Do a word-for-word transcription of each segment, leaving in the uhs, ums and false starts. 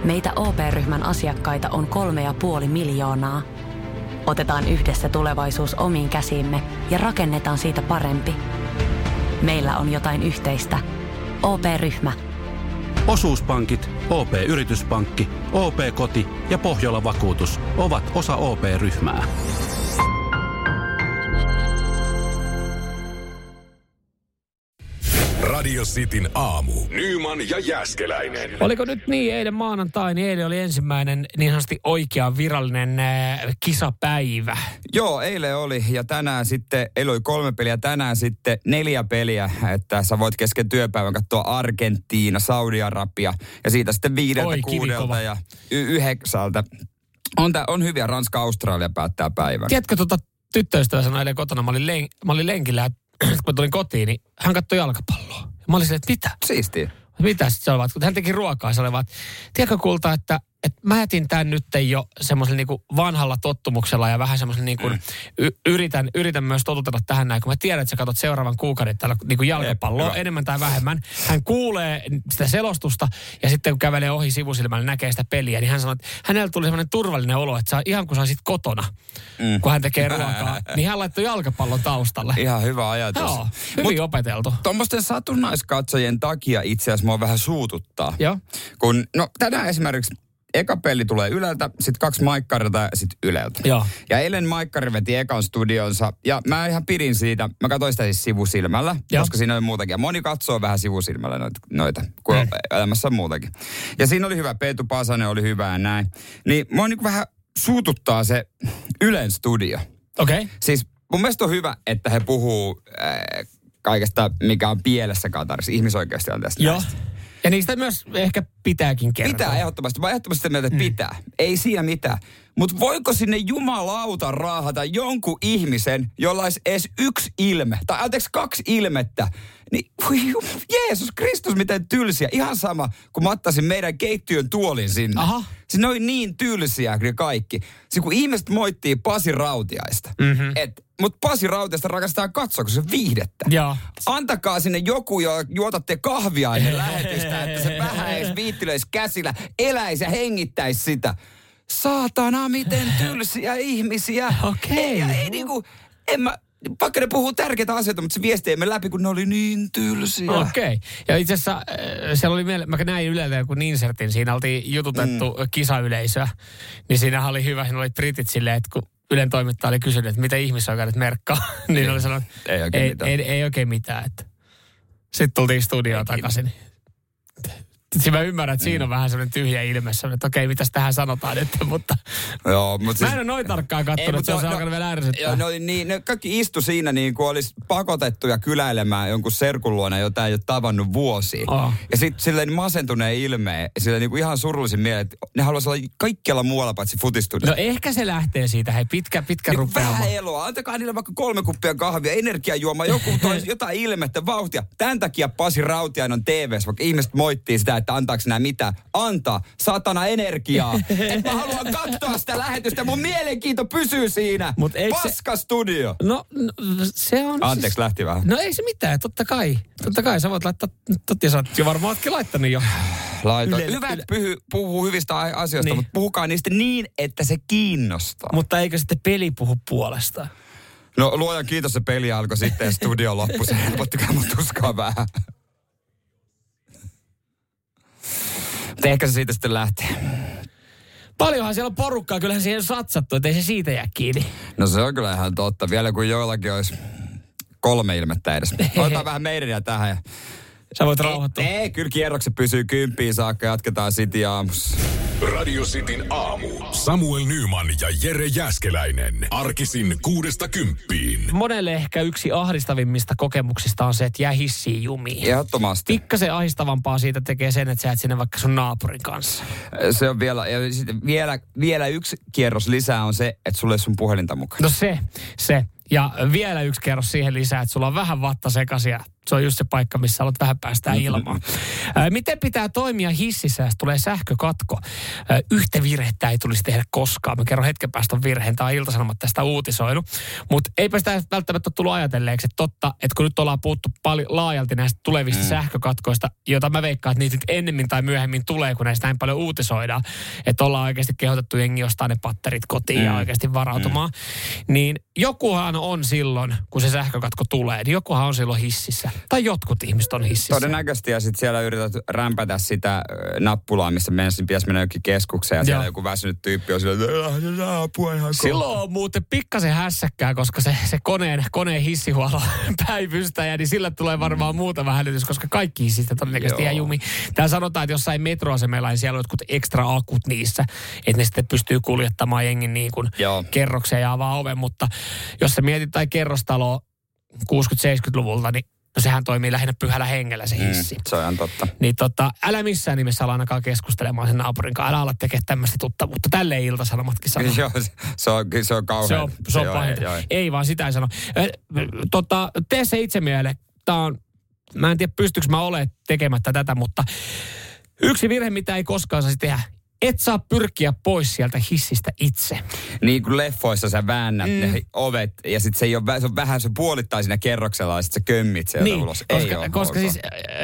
Meitä O P-ryhmän asiakkaita on kolme ja puoli miljoonaa. Otetaan yhdessä tulevaisuus omiin käsiimme ja rakennetaan siitä parempi. Meillä on jotain yhteistä. O P-ryhmä. Osuuspankit, O P-yrityspankki, O P-koti ja Pohjola Vakuutus ovat osa O P-ryhmää. Radio Cityn aamu. Nyman ja Jääskeläinen. Oliko nyt niin eilen maanantai, niin eilen oli ensimmäinen niin sanotusti oikea virallinen äh, kisapäivä. Joo, eilen oli ja tänään sitten, eilen oli kolme peliä, tänään sitten neljä peliä, että sä voit kesken työpäivän katsoa Argentiina, Saudi-Arabia ja siitä sitten viideltä, Oi, kuudelta ja y- yhdeksältä. On, tää, on hyviä, Ranska-Australia päättää päivän. Tiedätkö, tuota tyttöystävä sanoi eilen kotona, mä olin, len- mä olin lenkillä, kun mä tulin kotiin, niin hän katsoi jalkapalloa. Ja mä olin silleen, että mitä? Siistiä. Mitä sitten se oli, kun hän teki ruokaa, se oli vaan, tiedätkö kulta, että, että mä jätin tämän nyt jo semmoisella niinku vanhalla tottumuksella ja vähän semmoisella niinku mm. y- yritän, yritän myös totutella tähän näin, kun mä tiedän, että sä katsot seuraavan kuukauden täällä niinku jalkapalloa Jep, enemmän tai vähemmän. Hän kuulee sitä selostusta ja sitten kun kävelee ohi sivusilmällä näkee sitä peliä, niin hän sanoo, että hänellä tuli semmoinen turvallinen olo, että sä, ihan kun sä olisit kotona, mm. kun hän tekee ruokaa, niin hän laittoi jalkapallon taustalle. Ihan hyvä ajatus. Joo, hyvin Mut, opeteltu. Tuommoisten satunnaiskatsojien takia itse asiassa mua vähän suututtaa. Joo. Kun, no tänään esimerkiksi eka peli tulee Yleltä, sitten kaksi Maikkarilta ja sitten Yleltä. Joo. Ja eilen Maikkari veti ekan studionsa ja mä ihan pidin siitä. Mä katsoin sitä siis sivusilmällä, Joo. koska siinä oli muutakin. Ja moni katsoo vähän sivusilmällä noita, noita kun mm. elämässä on muutakin. Ja siinä oli hyvä, Peetu Pasanen oli hyvä ja näin. Niin mua niin vähän suututtaa se Ylen studio. Okei. Okay. Siis mun mielestä on hyvä, että he puhuu äh, kaikesta, mikä on pielessä Katarissa, ihmisoikeustilanteesta. Joo. Ja niistä myös ehkä pitääkin kertoa. Pitää ehdottomasti. Mä ehdottomasti sitä mieltä, että mm. pitää. Ei siinä mitään. Mutta voiko sinne jumalauta raahata jonkun ihmisen, jolla olisi edes yksi ilme, tai anteeksi kaksi ilmettä, niin Jeesus Kristus, miten tylsiä. Ihan sama, kun mä ottaisin meidän keittiön tuolin sinne. Aha. Siinä oli niin tylsiä ne kaikki. Siis kun ihmiset moittii Pasi Rautiaista, mm-hmm. että mutta Pasi Rautiaista rakastetaan katsoa, kun se on viihdettä. Joo. Antakaa sinne joku, jo juotatte kahvia ennen lähetystä, että se vähän edes viittilöisi käsillä, eläisi ja hengittäisi sitä. Saatana, miten tylsiä ihmisiä. Okei. Okay. Ei, ei niinku, en mä, vaikka ne puhuu tärkeitä asioita, mutta se viesti ei mene läpi, kun ne oli niin tylsiä. Okei. Okay. Ja itse asiassa äh, siellä oli, mä näin Yleltä joku insertin, siinä oltiin jututettu mm. kisayleisöä, niin siinähän oli hyvä, siinä oli britit silleen, että kun Ylen toimittaja oli kysynyt, että mitä ihmisoikeudet merkkaa, niin oli sanonut, ei, oikein ei, mitään. ei, ei oikein mitään. Että. Sitten tultiin studioon takaisin. Sitten mä ymmärrän, että siinä on vähän sellainen tyhjä ilme, että okei, mitäs tähän sanotaan nyt, mutta Joo, mutta siis, mä en ole noin tarkkaan katsonut, että se on no, alkanut vielä ärsyttää. Joo, no, niin, ne kaikki istu siinä niin kuin olisi pakotettuja kyläilemään jonkun serkun luona, jota ei ole tavannut vuosiin. Oh. Ja sitten silleen masentuneen ilmeen, silleen niin kuin ihan surullisin mieleen, että ne haluaisi olla kaikkialla muualla paitsi futistudiossa. No ehkä se lähtee siitä, hei pitkä, pitkä niin rupeama. Vähän eloa, antakaa niille vaikka kolme kuppia kahvia, energiajuomaa, joku toisi jotain ilmettä, vauhtia. Tämän takia Pasi Rautiainen on T V:ssä, vaikka ihmiset moittii sitä, että antaako nämä mitä. Antaa, satana energiaa. Että mä haluan katsoa sitä lähetystä. Mun mielenkiinto pysyy siinä. Mut Paska se studio. No, no se on Anteeksi, siis lähti vähän. No ei se mitään, totta kai. Totta kai, sä voit laittaa, totta sä oot jo varmaan ootkin laittanut jo. Laita. Hyvä, että pyhy, puhuu hyvistä asioista, niin. Mutta puhukaa niistä niin, että se kiinnostaa. Mutta eikö sitten peli puhu puolestaan? No luojan kiitos, se peli alkoi sitten ja studio loppui. Se helpottikaan mun tuskaa vähän. Ehkä se siitä sitten lähtee. Paljonhan siellä on porukkaa, kyllähän siihen on satsattu, ettei se siitä jää kiinni. No se on kyllä ihan totta. Vielä kun joillakin olisi kolme ilmettä edes. Otetaan vähän meidän tähän. Ja sä voit rauhoittua. Ei, ei, kyllä kierrokset pysyy kymppiin saakka. Jatketaan City aamussa. Radio Cityn aamu. Samuel Nyman ja Jere Jääskeläinen. Arkisin kuudesta kymppiin. Monelle ehkä yksi ahdistavimmista kokemuksista on se, että jää hissiin jumiin. Ehdottomasti. Pikkasen ahdistavampaa siitä tekee sen, että sä et sinne vaikka sun naapurin kanssa. Se on vielä, ja sitten vielä, vielä yksi kierros lisää on se, että sulle ei sun puhelinta mukaan. No se, se. Ja vielä yksi kerros siihen lisää, että sulla on vähän vatta sekaisia. Se on just se paikka, missä haluat vähän päästään ilmaan. Ää, miten pitää toimia hississä, jos tulee sähkökatko? Ää, yhtä virhettä ei tulisi tehdä koskaan. Mä kerron hetken päästä on virheen. Tämä on Ilta-Sanomat tästä uutisoinut. Mutta eipä sitä välttämättä ole tullut ajatelleeksi, että totta, että kun nyt ollaan puhuttu paljon laajalti näistä tulevista mm. sähkökatkoista, joita mä veikkaan, että niitä nyt ennemmin tai myöhemmin tulee, kun näistä näin paljon uutisoidaan. Että ollaan oikeasti kehotettu jengi ostaa ne patterit kotiin mm. ja oikeasti varautumaan. Mm. Niin jokuhan on silloin, kun se sähkökatko tulee, niin jokuhan on silloin hississä. Tai jotkut ihmiset on hississä. Todennäköisesti, ja sitten siellä yrität rämpätä sitä nappulaa, missä mennessä pitäisi mennä jokin keskukseen, ja siellä joku väsynyt tyyppi on silleen, apua ihan silloin on muuten pikkasen hässäkkää, koska se, se koneen, koneen hissihuollon päivystäjä, niin sillä tulee varmaan muutama hälytys, koska kaikki hissistä todennäköisesti jää jumiin. Täällä sanotaan, että jossain metroasemilla, niin siellä on jotkut ekstra akut niissä, että ne sitten pystyy kuljettamaan jengin niin kuin kerrokseen ja avaa oven, mutta jos sä mietit tai kerrostaloa kuusikymmentä-seitsemänkymmentäluvulta, niin no sehän toimii lähinnä pyhällä hengellä se hissi. Mm, se on ihan totta. Niin tota, älä missään nimessä ala ainakaan keskustelemaan sen naapurin kanssa. Älä ala tekemään tämmöistä tuttavuutta. Tälleen Ilta-Sanomatkin sanoo. Joo, se on, se on kauhean. Se on, se on pahinta. Ei vaan sitä ei sano. Tota, tee se itse mieleen. Tää on, mä en tiedä pystyykö mä olemaan tekemättä tätä, mutta yksi virhe, mitä ei koskaan saisi tehdä. Et saa pyrkiä pois sieltä hissistä itse. Niin kuin leffoissa sä väännät mm. ne ovet ja sit se, ei ole, se on vähän, se puolittaa siinä kerroksella ja sit sä kömmit sieltä niin, ulos. Koska, ei koska siis,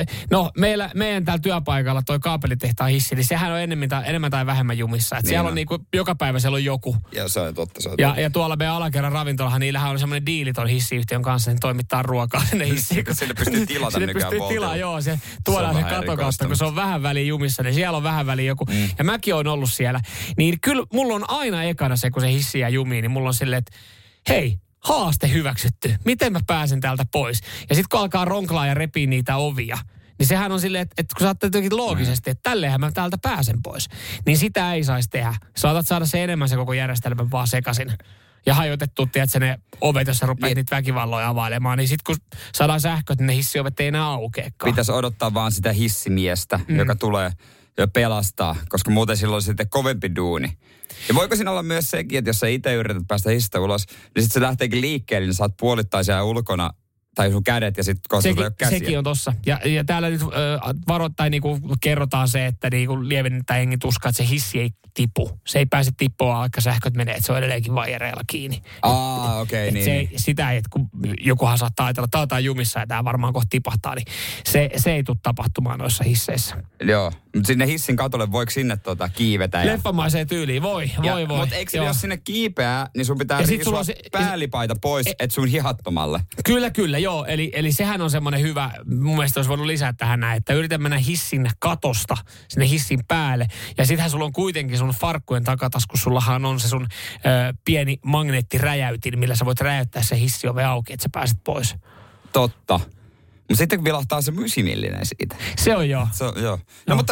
no meillä, meidän täällä työpaikalla toi kaapelitehtaan hissi, niin sehän on enemmän tai, enemmän tai vähemmän jumissa. Et niin siellä on, on niinku, joka päivä siellä on joku. Ja se on totta. Se on ja, totta. ja tuolla meidän alakerran ravintolahan, niillähän on semmoinen diili ton hissiyhtiön kanssa, niin toimittaa ruokaa sinne hissiin. Sinne pystyy tilata sinne pystyy tilaa, joo. Se tuodaan se, se katokautta, kun se on vähän väliin jumissa, niin siellä on vähän väliin joku. Mm. Ja mäkin oon ollut siellä. Niin kyllä mulla on aina ekana se, kun se hissi jää jumiin, niin mulla on silleen, että hei, haaste hyväksytty. Miten mä pääsen täältä pois? Ja sitten kun alkaa ronklaa ja repii niitä ovia, niin sehän on silleen, että, että kun sä ajattelet jotenkin loogisesti, että tälleenhän mä täältä pääsen pois. Niin sitä ei saisi tehdä. Saatat saada se enemmän se koko järjestelmän vaan sekaisin. Ja hajotettu, tiedätkö, ne ovet, jos sä rupeat niitä väkivalloja availemaan, niin sit kun saadaan sähköt, niin ne hissiovet ei enää aukeakaan. Pitäisi odottaa vaan sitä hissimiestä, mm. joka tulee ja pelastaa, koska muuten silloin on sitten kovempi duuni. Ja voiko siinä olla myös sekin, että jos sä itse yrität päästä hissistä ulos, niin sitten se lähteekin liikkeelle, niin sä oot puolittaisia ulkona, tai sun kädet ja sitten kohta tulee käsiä. Sekin on tossa. Ja, ja täällä nyt äh, varoittain niinku kerrotaan se, että niinku lievennetään hengen tuskaa, että se hissi ei tipu. Se ei pääse tippua, vaikka sähköt menee, että se on edelleenkin vaijereilla kiinni. Aa, okei, okay, niin. Se, sitä ei, että kun jokuhan saattaa ajatella, että tää on jumissa ja tää varmaan kohta tipahtaa, niin se, se ei tule tapahtumaan noissa hisseissä. Joo, mutta sinne hissin katolle voiko sinne tota kiivetä? Ja... Leffamaiseen tyyliin, voi, ja, voi, voi. Mutta eikö se, jos sinne kiipeää, niin sun pitää riisua se, päällipaita pois, e, et sun hihattomalle. Kyllä, kyllä, joo. Eli, eli sehän on semmoinen hyvä, mun mielestä olisi voinut lisätä tähän näin, että yritä mennä hissin katosta sinne hissin päälle. Ja sittenhän sulla on kuitenkin sun farkkujen takataskussa, sullahan on se sun ö, pieni magneettiräjäytin, millä sä voit räjäyttää se hissiove auki, että sä pääset pois. Totta. Mutta sitten vilahtaa se mysimillinen siitä. Se on joo. Se on, joo. No, no. mutta...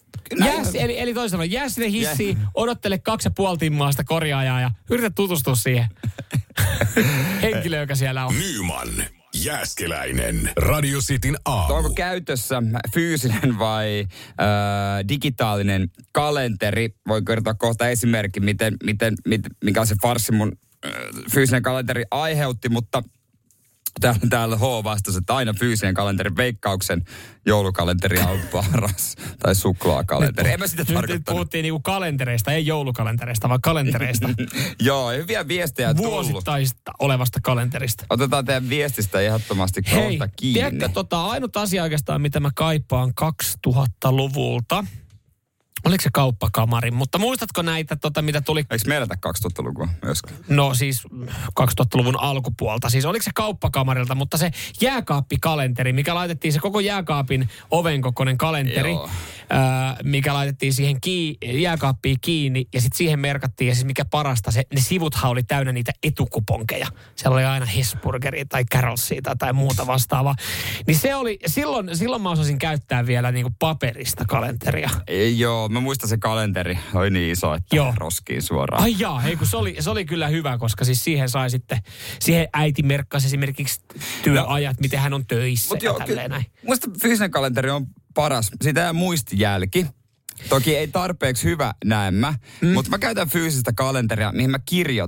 Jää, eli, eli toisin sanoen, jää sinne hissiin, yeah. odottele kaksi ja puoli timmaa sitä korjaajaa ja yritä tutustua siihen henkilöön, joka siellä on. Nyman, Jääskeläinen, Radio Cityn aamu. Onko käytössä fyysinen vai äh, digitaalinen kalenteri? Voin kertoa kohta esimerkki, miten, miten, miten, mikä se farssi mun äh, fyysinen kalenteri aiheutti, mutta Täällä, täällä H vastasi, että aina fyysinen kalenteri, Veikkauksen joulukalenteri on paras. Tai suklaakalenteri. En mä sitä tarkoittanut. Nyt puhuttiin niinku kalentereista, ei joulukalentereista, vaan kalentereista. Joo, hyviä viestejä tullut. Vuosittaista olevasta kalenterista. Otetaan teidän viestistä ehdottomasti kohta Hei, kiinni. Hei, tiedätkö, tota, ainut asia oikeastaan, mitä mä kaipaan kaksituhattaluvulta. Oliko se kauppakamari? Mutta muistatko näitä, tota, mitä tuli? Eikö meillä tämä kaksituhattalukua myöskään? No siis kaksituhattaluvun alkupuolta. Siis oliko se kauppakamarilta, mutta se jääkaappikalenteri, mikä laitettiin, se koko jääkaapin ovenkokoinen kalenteri, ää, mikä laitettiin siihen kii- jääkaappiin kiinni ja sitten siihen merkattiin, ja siis mikä parasta, se, ne sivuthan oli täynnä niitä etukuponkeja. Siellä oli aina Hesburgeria tai Carolsia tai, tai muuta vastaavaa. Niin se oli, silloin, silloin mä osasin käyttää vielä niinku paperista kalenteria. Ei, joo. Mä muistan se kalenteri. Oli niin iso, että Joo. roskiin suoraan. Ai jaa, hei kun se oli, se oli kyllä hyvä, koska siis siihen sai sitten, siihen äiti merkkasi esimerkiksi työajat, no, miten hän on töissä ja joo, tälleen näin. Musta fyysinen kalenteri on paras. Siitä jää muistijälki. Toki ei tarpeeksi hyvä näemmä, mm. mutta mä käytän fyysistä kalenteria, mihin mä kirjoitan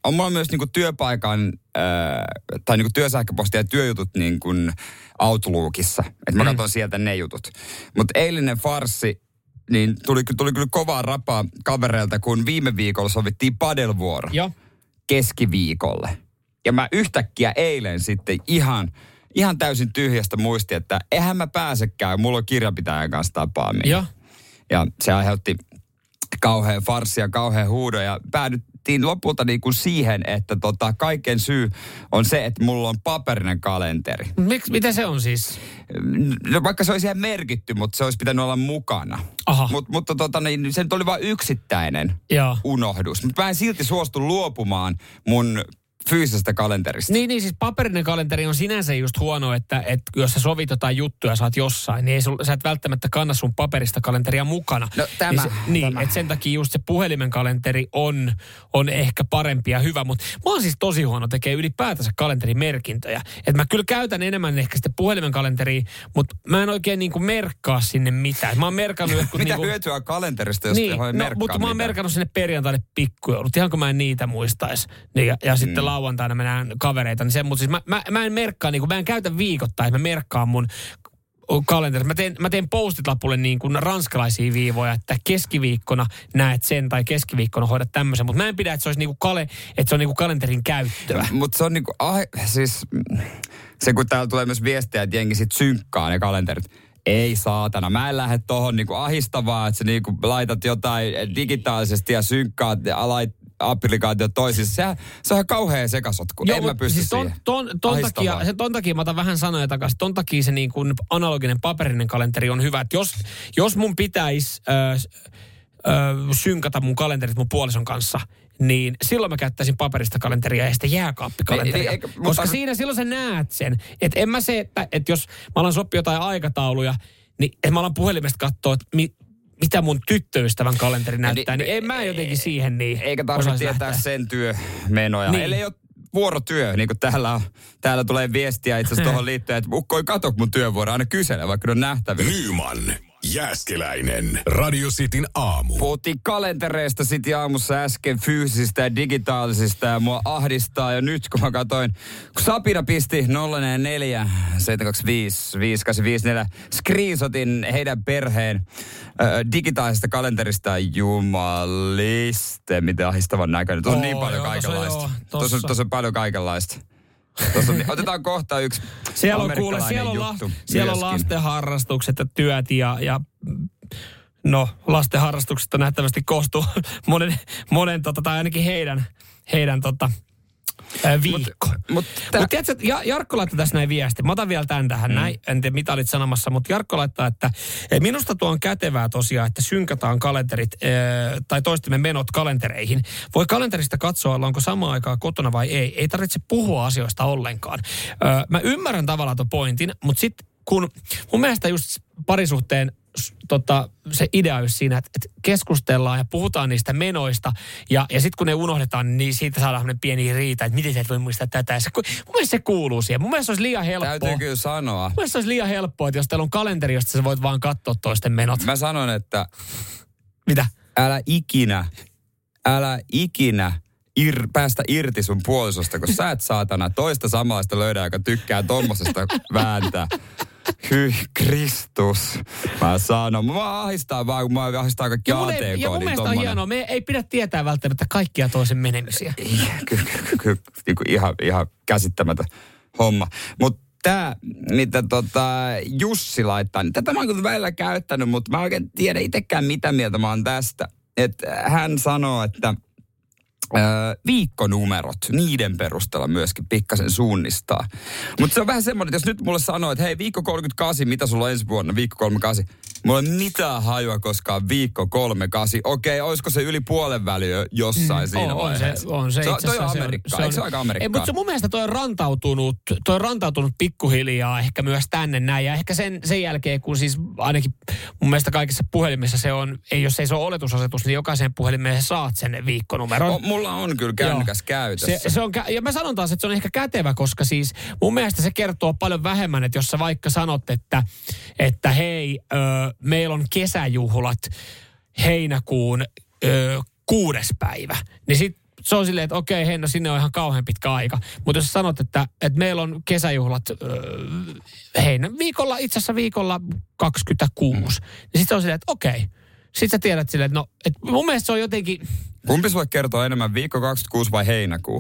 on mulla myös niinku työpaikan äh, tai niinku työsähköposti ja työjutut niinku Outlookissa. Että mä katson mm. sieltä ne jutut. Mutta eilinen farssi, niin tuli, tuli kyllä kovaa rapaa kavereilta, kun viime viikolla sovittiin padelvuoro Joo. keskiviikolle. Ja mä yhtäkkiä eilen sitten ihan, ihan täysin tyhjästä muistin, että eihän mä pääsekään, mulla on kirjanpitäjän kanssa tapaaminen. Joo. Ja se aiheutti kauhean farssia, kauhean huudon ja päädyttiin lopulta niin kuin siihen, että tota, kaiken syy on se, että mulla on paperinen kalenteri. Miksi, mitä se on siis? No, vaikka se olisi siihen merkitty, mutta se olisi pitänyt olla mukana. Aha. Mut, mutta tota, niin, se nyt oli vain yksittäinen Joo. unohdus. Mutta mä en silti suostu luopumaan mun fyysisestä kalenterista. Niin, niin siis paperinen kalenteri on sinänsä just huono, että, että jos sä sovit jotain juttuja, sä oot jossain, niin ei sul, sä et välttämättä kanna sun paperista kalenteria mukana. No tämä. Niin, se, niin tämä. että sen takia just se puhelimen kalenteri on, on ehkä parempi ja hyvä, mutta mä oon siis tosi huono tekee ylipäätänsä kalenterimerkintöjä. Että mä kyllä käytän enemmän ehkä sitten puhelimen kalenteria, mutta mä en oikein niinku merkkaa sinne mitään. Mä oon merkannut jotkut Mitä niinku, hyötyä on kalenterista, jos niin, ei voi no, merkkaa mutta mä oon mitään? merkannut sinne perjantaille pikkujoulut, ihan kun mä en niitä muistais. Niin, ja, ja sitten Mm. lauantaina mennään kavereita, niin sen, mutta siis mä, mä, mä en merkkaa, niin kuin, mä en käytä viikoittain, mä merkkaan mun kalenterissa. Mä teen, mä teen post-it-lapulle niin kuin ranskalaisia viivoja, että keskiviikkona näet sen tai keskiviikkona hoidat tämmöisen, mutta mä en pidä, että se olisi niin kuin kale, että se on niin kuin kalenterin käyttöä. Mutta se on niinku, ah, siis se kun täällä tulee myös viestejä, että jengi sit synkkaa ne kalenterit. Ei saatana, mä en lähde tohon niinku ahistavaa, että sä niinku laitat jotain digitaalisesti ja synkkaat ja lait, applikaatio toisissa. Se, se on ihan kauhea sekasotku. Joo, en mä pysty siis ton, siihen. ton, ton, takia, se, ton takia mä otan vähän sanoja takaisin. Ton takia se niin kuin analoginen paperinen kalenteri on hyvä. Että jos, jos mun pitäisi äh, äh, synkata mun kalenterit mun puolison kanssa, niin silloin mä käyttäisin paperista kalenteria ja sitten jääkaappikalenteria. Ei, ei, ei, Koska mutta... siinä silloin sä näet sen. Että en mä se, että, että jos mä alan sopia jotain aikatauluja, niin että mä alan puhelimesta katsoa, että mi, mitä mun tyttöystävän kalenteri näyttää, niin, niin en mä jotenkin siihen niin eikä tarvitse tietää lähteä sen työmenoja. Niin. Ellei ole vuorotyö, niin kuin täällä, on, täällä tulee viestiä itse asiassa tuohon liittyen, että ukko ei kato mun työvuoro, aina kysele, vaikka ne on nähtävillä. Nyman, Jääskeläinen, Radio Cityn aamu. Puhuttiin kalentereista City aamussa äsken, fyysisistä ja digitaalisista, ja mua ahdistaa jo nyt, kun mä katsoin, kun Sapina pisti nolla neljä seitsemän kaksi viisi viisi kahdeksan viisi neljä screenshotin heidän perheen äh, digitaalisesta kalenterista. Jumaliste, miten ahdistavan näköinen. Tuossa on Oo, niin paljon joo, tossa kaikenlaista. joo, Tuossa on, tossa. tuossa on paljon kaikenlaista. Tuossa on, otetaan kohta yksi Siellä on, kuule, amerikkalainen siellä on, la, juttu. siellä on myöskin. lasten harrastukset ja työt ja, ja no lasten harrastuksesta nähtävästi koostuu monen, monen tota, tai ainakin heidän, heidän tota, ää, viikko. Mutta mut tää... mut tiedätkö, ja, Jarkko laittaa tässä näin viesti. Mä otan vielä tämän tähän mm. näin. En tiedä mitä olit sanomassa, mutta Jarkko laittaa, että minusta tuo on kätevää tosiaan, että synkataan kalenterit ää, tai toistemme menot kalentereihin. Voi kalenterista katsoa, onko samaan aikaa kotona vai ei. Ei tarvitse puhua asioista ollenkaan. Ää, mä ymmärrän tavallaan tuon pointin, mutta sitten kun mun mielestä just parisuhteen Tota, se idea olisi siinä, että, että keskustellaan ja puhutaan niistä menoista. Ja, ja sitten kun ne unohdetaan, niin siitä saadaan sellainen pieni riita, että miten sä et voi muistaa tätä. Ja se, mun mielestä se kuuluu siihen. Mun mielestä se olisi liian helppoa. Täytyy kyllä sanoa. Mun mielestä se olisi liian helppoa, että jos teillä on kalenteri, josta sä voit vaan katsoa toisten menot. Mä sanon, että Mitä? älä ikinä, älä ikinä ir, päästä irti sun puolisosta, kun sä et saatana toista samanlaista löydä, joka tykkää tommosesta vääntää. Hyi Kristus. Mä sanon, mä ahdistaa vaan, kun mä ahdistaa kaikki Ja A mun, T K. ei, ja mun niin mielestä tommonen. on hienoa. Me ei pidä tietää välttämättä kaikkia toisen menemisiä. Kyllä, kyllä, kyllä, niinku ihan, ihan käsittämätön homma. Mutta tämä, mitä tota Jussi laittaa, niin tätä mä oon kyllä välillä käyttänyt, mutta mä en oikein tiedä itsekään mitä mieltä mä oon tästä. Että hän sanoo, että Öö, viikkonumerot, niiden perusteella myöskin pikkasen suunnistaa. Mutta se on vähän semmoinen, että jos nyt mulle sanoo, että hei viikko kolmekymmentäkahdeksan, mitä sulla on ensi vuonna, viikko kolmekymmentäkahdeksan, mulla ei ole mitään hajua koskaan viikko kolmekymmentäkahdeksan. Okei, olisiko se yli puolen väliä jossain mm, siinä on, vaiheessa? Se, on se se, itse toi on asiassa. Amerikkaa, se on, eikö se ole aika Amerikkaa? Ei, mutta se mun mielestä toi on rantautunut, toi on rantautunut pikkuhiljaa ehkä myös tänne näin. Ja ehkä sen, sen jälkeen, kun siis ainakin mun mielestä kaikissa puhelimissa se on, ei, jos ei se ole oletusasetus, niin jokaisen puhelimeen saat sen viikkonumeron. O, mulla on kyllä kännykäs käytössä. Se, se on, ja mä sanon taas, että se on ehkä kätevä, koska siis mun mielestä se kertoo paljon vähemmän, että jos sä vaikka sanot, että, että hei, ö, meillä on kesäjuhlat heinäkuun ö, kuudes päivä, niin sit se on silleen, että okei, hei, no sinne on ihan kauhean pitkä aika. Mutta jos sanot, että, että meillä on kesäjuhlat, öö, hei, no viikolla, itse asiassa viikolla kaksikymmentäkuusi, mm. niin sitten se on silleen, että okei. Sitten sä tiedät silleen, että no, että mun mielestä se on jotenkin... Kumpi sulle kertoo enemmän, viikko kaksikymmentäkuusi vai heinäkuu?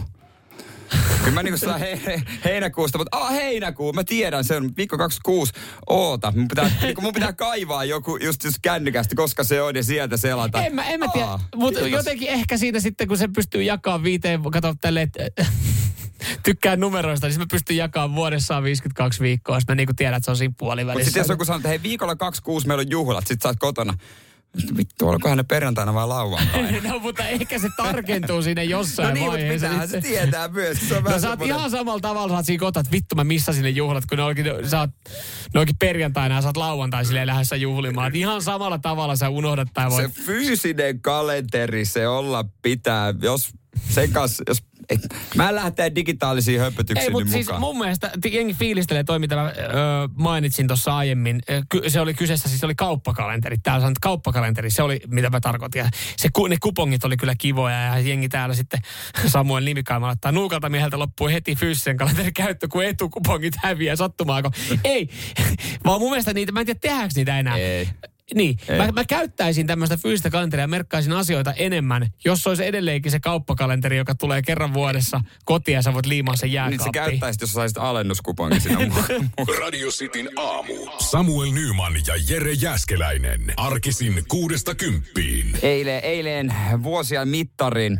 Kyllä mä niinku saan he, he, heinäkuusta, mutta ah, heinäkuu, mä tiedän sen, viikko kaksikymmentäkuusi, oota, mun pitää, niinku mun pitää kaivaa joku just just kännykästä, koska se on ja sieltä selata. En mä, en mä tiedä, mutta jotenkin ehkä siinä sitten, kun se pystyy jakamaan viiteen, kato tälleen, että tykkään numeroista, niin mä pystyn jakamaan vuodessaan viisikymmentäkaksi viikkoa, sitten mä niinku tiedän, että se on siinä puolivälissä. Mutta sitten jos joku sanoo, että hei, viikolla kaksikymmentäkuusi meillä on juhlat, sit sä oot kotona. Vittu, olikohan ne perjantaina vai lauantaina? No, mutta ehkä se tarkentuu siinä jossain no niin, vaiheessa. No niin, mutta pitäähän se tietää myös. Se on no sä oot ihan samalla tavalla, sä oot siinä kohtaa, että vittu mä missasin ne juhlat, kun ne olikin, sä oot, ne olikin perjantaina ja sä oot lauantai silleen lähdössä juhlimaan. Et ihan samalla tavalla sä unohdat tai voit... Se fyysinen kalenteri, se olla pitää, jos sen kanssa, jos... Ei, mä en lähteä digitaalisiin höpötyksiin Ei, mutta siis mukaan. mun mielestä jengi fiilistelee toi, mitä mä ö, mainitsin tuossa aiemmin. Ky- se oli kyseessä, siis oli kauppakalenteri. Täällä sanot kauppakalenteri, se oli mitä mä tarkoitin. Ja se, ne kupongit oli kyllä kivoja ja jengi täällä sitten Samuel Nimikaima laittaa nuukalta mieheltä loppui heti fyysisen kalenterin käyttö, kun etukupongit häviää sattumaako. Ei, vaan mun mielestä niitä, mä en tiedä tehdäänkö niitä enää. Ei. Niin, mä, mä käyttäisin tämmöistä fyysistä kalenteria ja merkkaisin asioita enemmän, jos olisi edelleenkin se kauppakalenteri, joka tulee kerran vuodessa kotiin ja sä voit liimaa sen jääkaappiin. Niin sä käyttäisit, jos saisit alennuskuponkin sinne mukaan. Radio Cityn aamu. Samuel Nyman ja Jere Jääskeläinen. Arkisin kuudesta kymppiin. Eilen, eilen vuosia mittarin.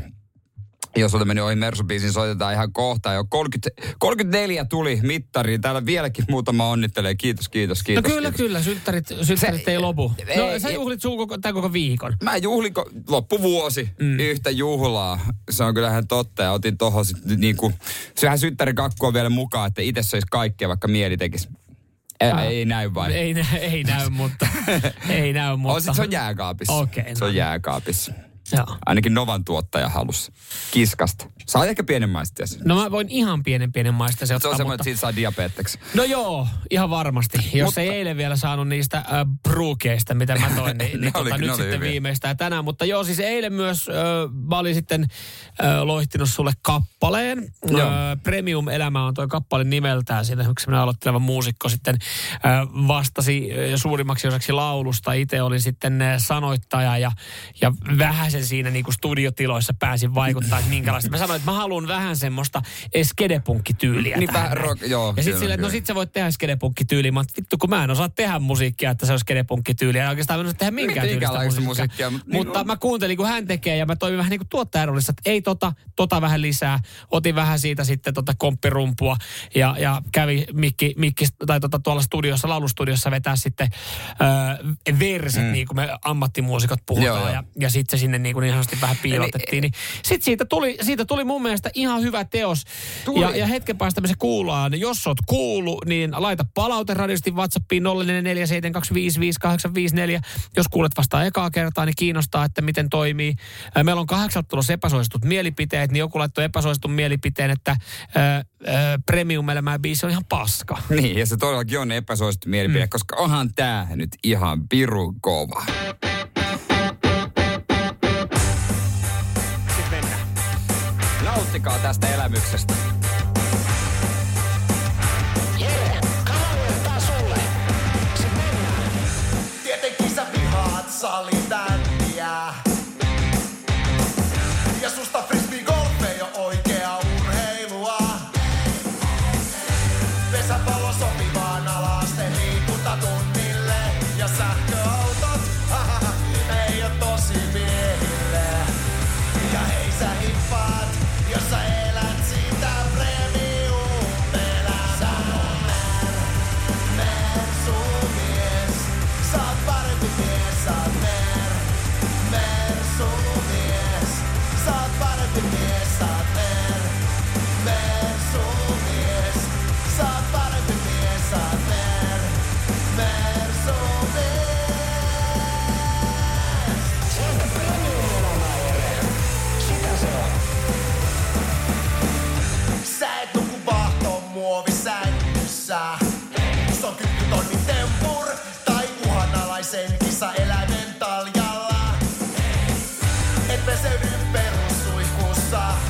Jos olemme mennyt ohi Mersu-biisin, soitetaan ihan kohta. Jo kolmekymmentä, kolmekymmentäneljä tuli mittariin. Täällä vieläkin muutama onnittelee. Kiitos, kiitos, kiitos. No kyllä, kiitos. kyllä. Sylttärit, sylttärit se, ei lopu. Ei, no sä ei, juhlit sun koko, tämän koko viikon. Mä juhlin ko- loppuvuosi mm. yhtä juhlaa. Se on kyllähän totta. Ja otin tohon sit niinku... Sehän sylttärikakkua vielä mukaan, että itse söisi kaikkea, vaikka mieli tekisi. Ei, ah, ei näy vai? Ei, ei näy, mutta... ei näy, mutta... On sit se on jääkaapissa. Okei. Okay, se no. on jääkaapissa. Joo. Ainakin Novan tuottaja halusi. Kiskasta. Saa ehkä pienen maistia sen. No mä voin ihan pienen pienen maistia se ottaa. Se on semmoinen, mutta... että siitä saa diabeteksen. No joo, ihan varmasti. Jos mutta... ei eilen vielä saanut niistä äh, bruukeista, mitä mä toin, niin, niin oli, tota, nyt sitten hyviä. Viimeistään tänään. Mutta joo, siis eilen myös äh, mä olin sitten äh, loihtinut sulle kappaleen. Äh, Premium Elämä on toi kappale nimeltään. Siinä yksi sellainen aloitteleva muusikko sitten äh, vastasi äh, suurimmaksi osaksi laulusta. Itse olin sitten äh, sanoittaja ja, ja vähäsen siinä niin kuin studiotiloissa pääsin vaikuttaa, että minkälaista. Mä sanoin, että mä haluan vähän semmoista skedepunkkityyliä niin tähän. Rock, joo, ja sitten silleen, että no sit sä voit tehdä skedepunkkityyliä. Mä oon, vittu kun mä en osaa tehdä musiikkia, että se on skedepunkkityyliä. Ja oikeastaan mä en osaa tehdä minkään tyylistä musiikkia. musiikkia mutta mutta niin mä kuuntelin, kun hän tekee ja mä toimin vähän niin kuin tuottajaroolissa, että ei tota, tota vähän lisää. Otin vähän siitä sitten tota komppirumpua ja, ja kävi mikki, mikki tai tota tuolla studiossa, laulustudiossa vetää sitten äh, versit, mm. niin kuin me ammattimuusikot puhutaan. Joo, ja, ja sitten se sinne niin kuin niin sanotusti vähän piilotettiin. Niin sitten siitä tuli, siitä tuli mun mielestä ihan hyvä teos. Ja, ja hetken päästä me se kuullaan. Jos oot kuullut, niin laita palaute radiosti WhatsAppiin nolla neljä neljä seitsemän kaksi viisi viisi kahdeksan viisi neljä. Jos kuulet vasta ekaa kertaa, niin kiinnostaa, että miten toimii. Meillä on kahdeksalta tulossa epäsuositut mielipiteet, niin joku laittoi epäsuositun mielipiteen, että ää, ää, Premium-elämää biisi on ihan paska. Niin, ja se todellakin on epäsuosittu mielipide, mm. koska onhan tää nyt ihan pirun kova. Nauttikaa tästä elämyksestä. Jere, kanavettaa sulle. Sit mennään. Tietenkin sä vihaat salitänniä. Ja susta frisbee-golf ei oo oikea urheilua. Pesäpallo sopivaan alasten liikuntatunnille. Ja sähköautot, haha, ei oo tosi miehille. Ja hei sä hippaat, jos sä elät sitä premium-elämää. Mersumies, sä oot parempi mies, sä oot mer. Mersumies, sä oot parempi mies, sä oot mer. Mersumies, sä oot parempi mies, sä oot mer. Mersumies. Se on premium-elämää, Jere. Sitä se on. Sä et nuku vahtoon muovisängyssä. Se on kymppitonnin tempur tai uhanalaisen kisaeläimen taljalla. Et peseydy perussuihkussa.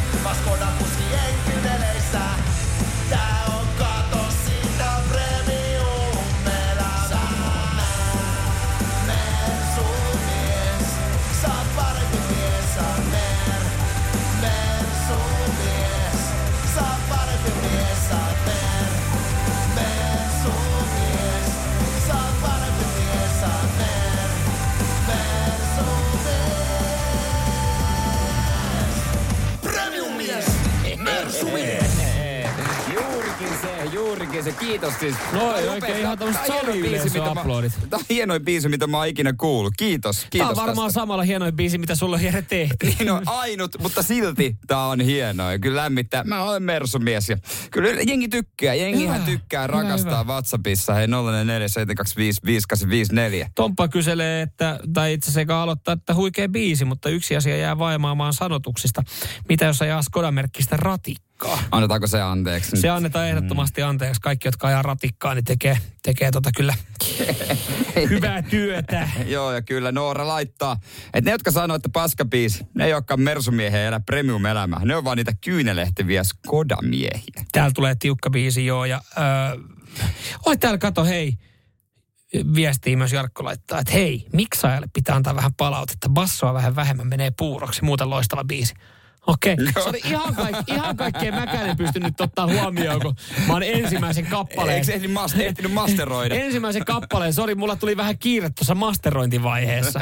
se, kiitos siis. No Tää on ei upea. oikein ihan Tää on tämmöset hienoin biisi, mitä mä- sali-yleisö-uploadit. Tää on hienoin biisi, mitä mä oon ikinä kuullut. Kiitos, Tää kiitos on varmaan tästä. samalla hienoin biisi, mitä sulla on Jere tehty. Niin on ainut, mutta silti tää on hienoa. Ja kyllä lämmittää. Mä olen Mersu-mies ja kyllä jengi tykkää. Jengihän Hyvä, tykkää, hyvä, rakastaa hyvä. WhatsAppissa. Hei nolla neljä seitsemän kaksi viisi viisi kahdeksan viisi neljä. Tomppa kyselee, että, tai itse asiassa aloittaa, että huikea biisi, mutta yksi asia jää vaimaamaan sanotuksista. Mitä jos ajaa Skoda-merkkistä ratikkaa? Annetaanko se anteeksi? Se annetaan ehdottomasti anteeksi. Kaikki, jotka ajaa ratikkaa, niin tekee, tekee tota kyllä hyvää työtä. Joo, ja kyllä Noora laittaa, että ne, jotka sanoo, että paskabiisi, ne, jotka Mersumiehen elää premium-elämää, ne on vaan niitä kyynelehtiviä Skoda-miehiä. Täällä tulee tiukka biisi, joo. Ja, öö, oi, täällä kato, hei. Viestii myös Jarkko laittaa, että hei, miksaajalle pitää antaa vähän palautetta. Bassoa vähän vähemmän menee puuroksi. Muuten loistava biisi. Okei, okay. Se oli ihan, kaik, ihan kaikkea mäkään en pysty nyt ottaa huomioon, kun mä oon ensimmäisen kappaleen. Eikö ehtinyt, mas, ehtinyt masteroida? Ensimmäisen kappaleen, sori, mulla tuli vähän kiire tuossa masterointivaiheessa.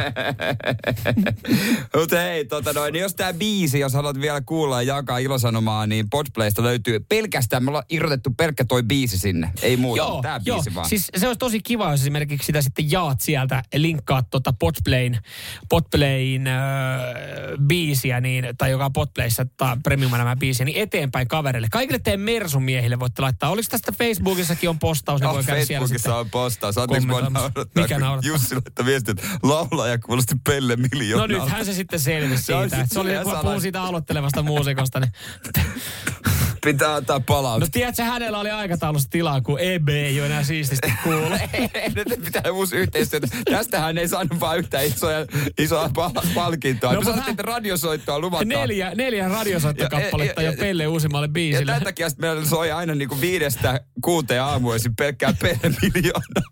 Mutta hei, tota noin, niin jos tää biisi, jos haluat vielä kuulla ja jakaa ilosanomaa, niin Podplaysta löytyy pelkästään, me ollaan irrotettu pelkkä toi biisi sinne. Ei muuta, Joo, tää joo. biisi vaan. Siis se olisi tosi kiva, jos esimerkiksi sitä sitten jaat sieltä, linkkaat tota Podplayn, Podplayn äh, biisiä, niin, tai joka on Podplayssa tai Premium-elämää biisiä, niin eteenpäin kavereille. Kaikille teidän Mersumiehille voitte laittaa. Oliko tästä Facebookissakin on postaus, niin Oh, voi käydä siellä Facebookissa sitten on postaus. Anteeksi, mä kommentoimassa. naurattaa. Mikä kun naurattaa? Jussi laittaa viestiä, että laulaja kuulosti Pelle No Miljoonalta. nythän se sitten selvisi Se on siitä. Että se oli, sitten kun mä ihan puhun salainen. siitä aloittelevasta muusikosta, niin... Pitää antaa No palautetta. tiedätkö, hänellä oli aikataulussa tilaa, kun E B ei ole enää siististi kuule. Nyt pitää uusi yhteistyötä. Tästähän ei saanut vaan yhtään isoa, isoa pal- palkintoa. No, No, me mutta sanottiin, hän- että radiosoittoa luvataan. Neljä, neljä radiosoittokappaletta Ja- jo ja- Pelle uusimmalle Ja biisille. tämän takia sit meillä soi aina niinku viidestä kuuteen aamuisin pelkkää Pelle Miljoonaa.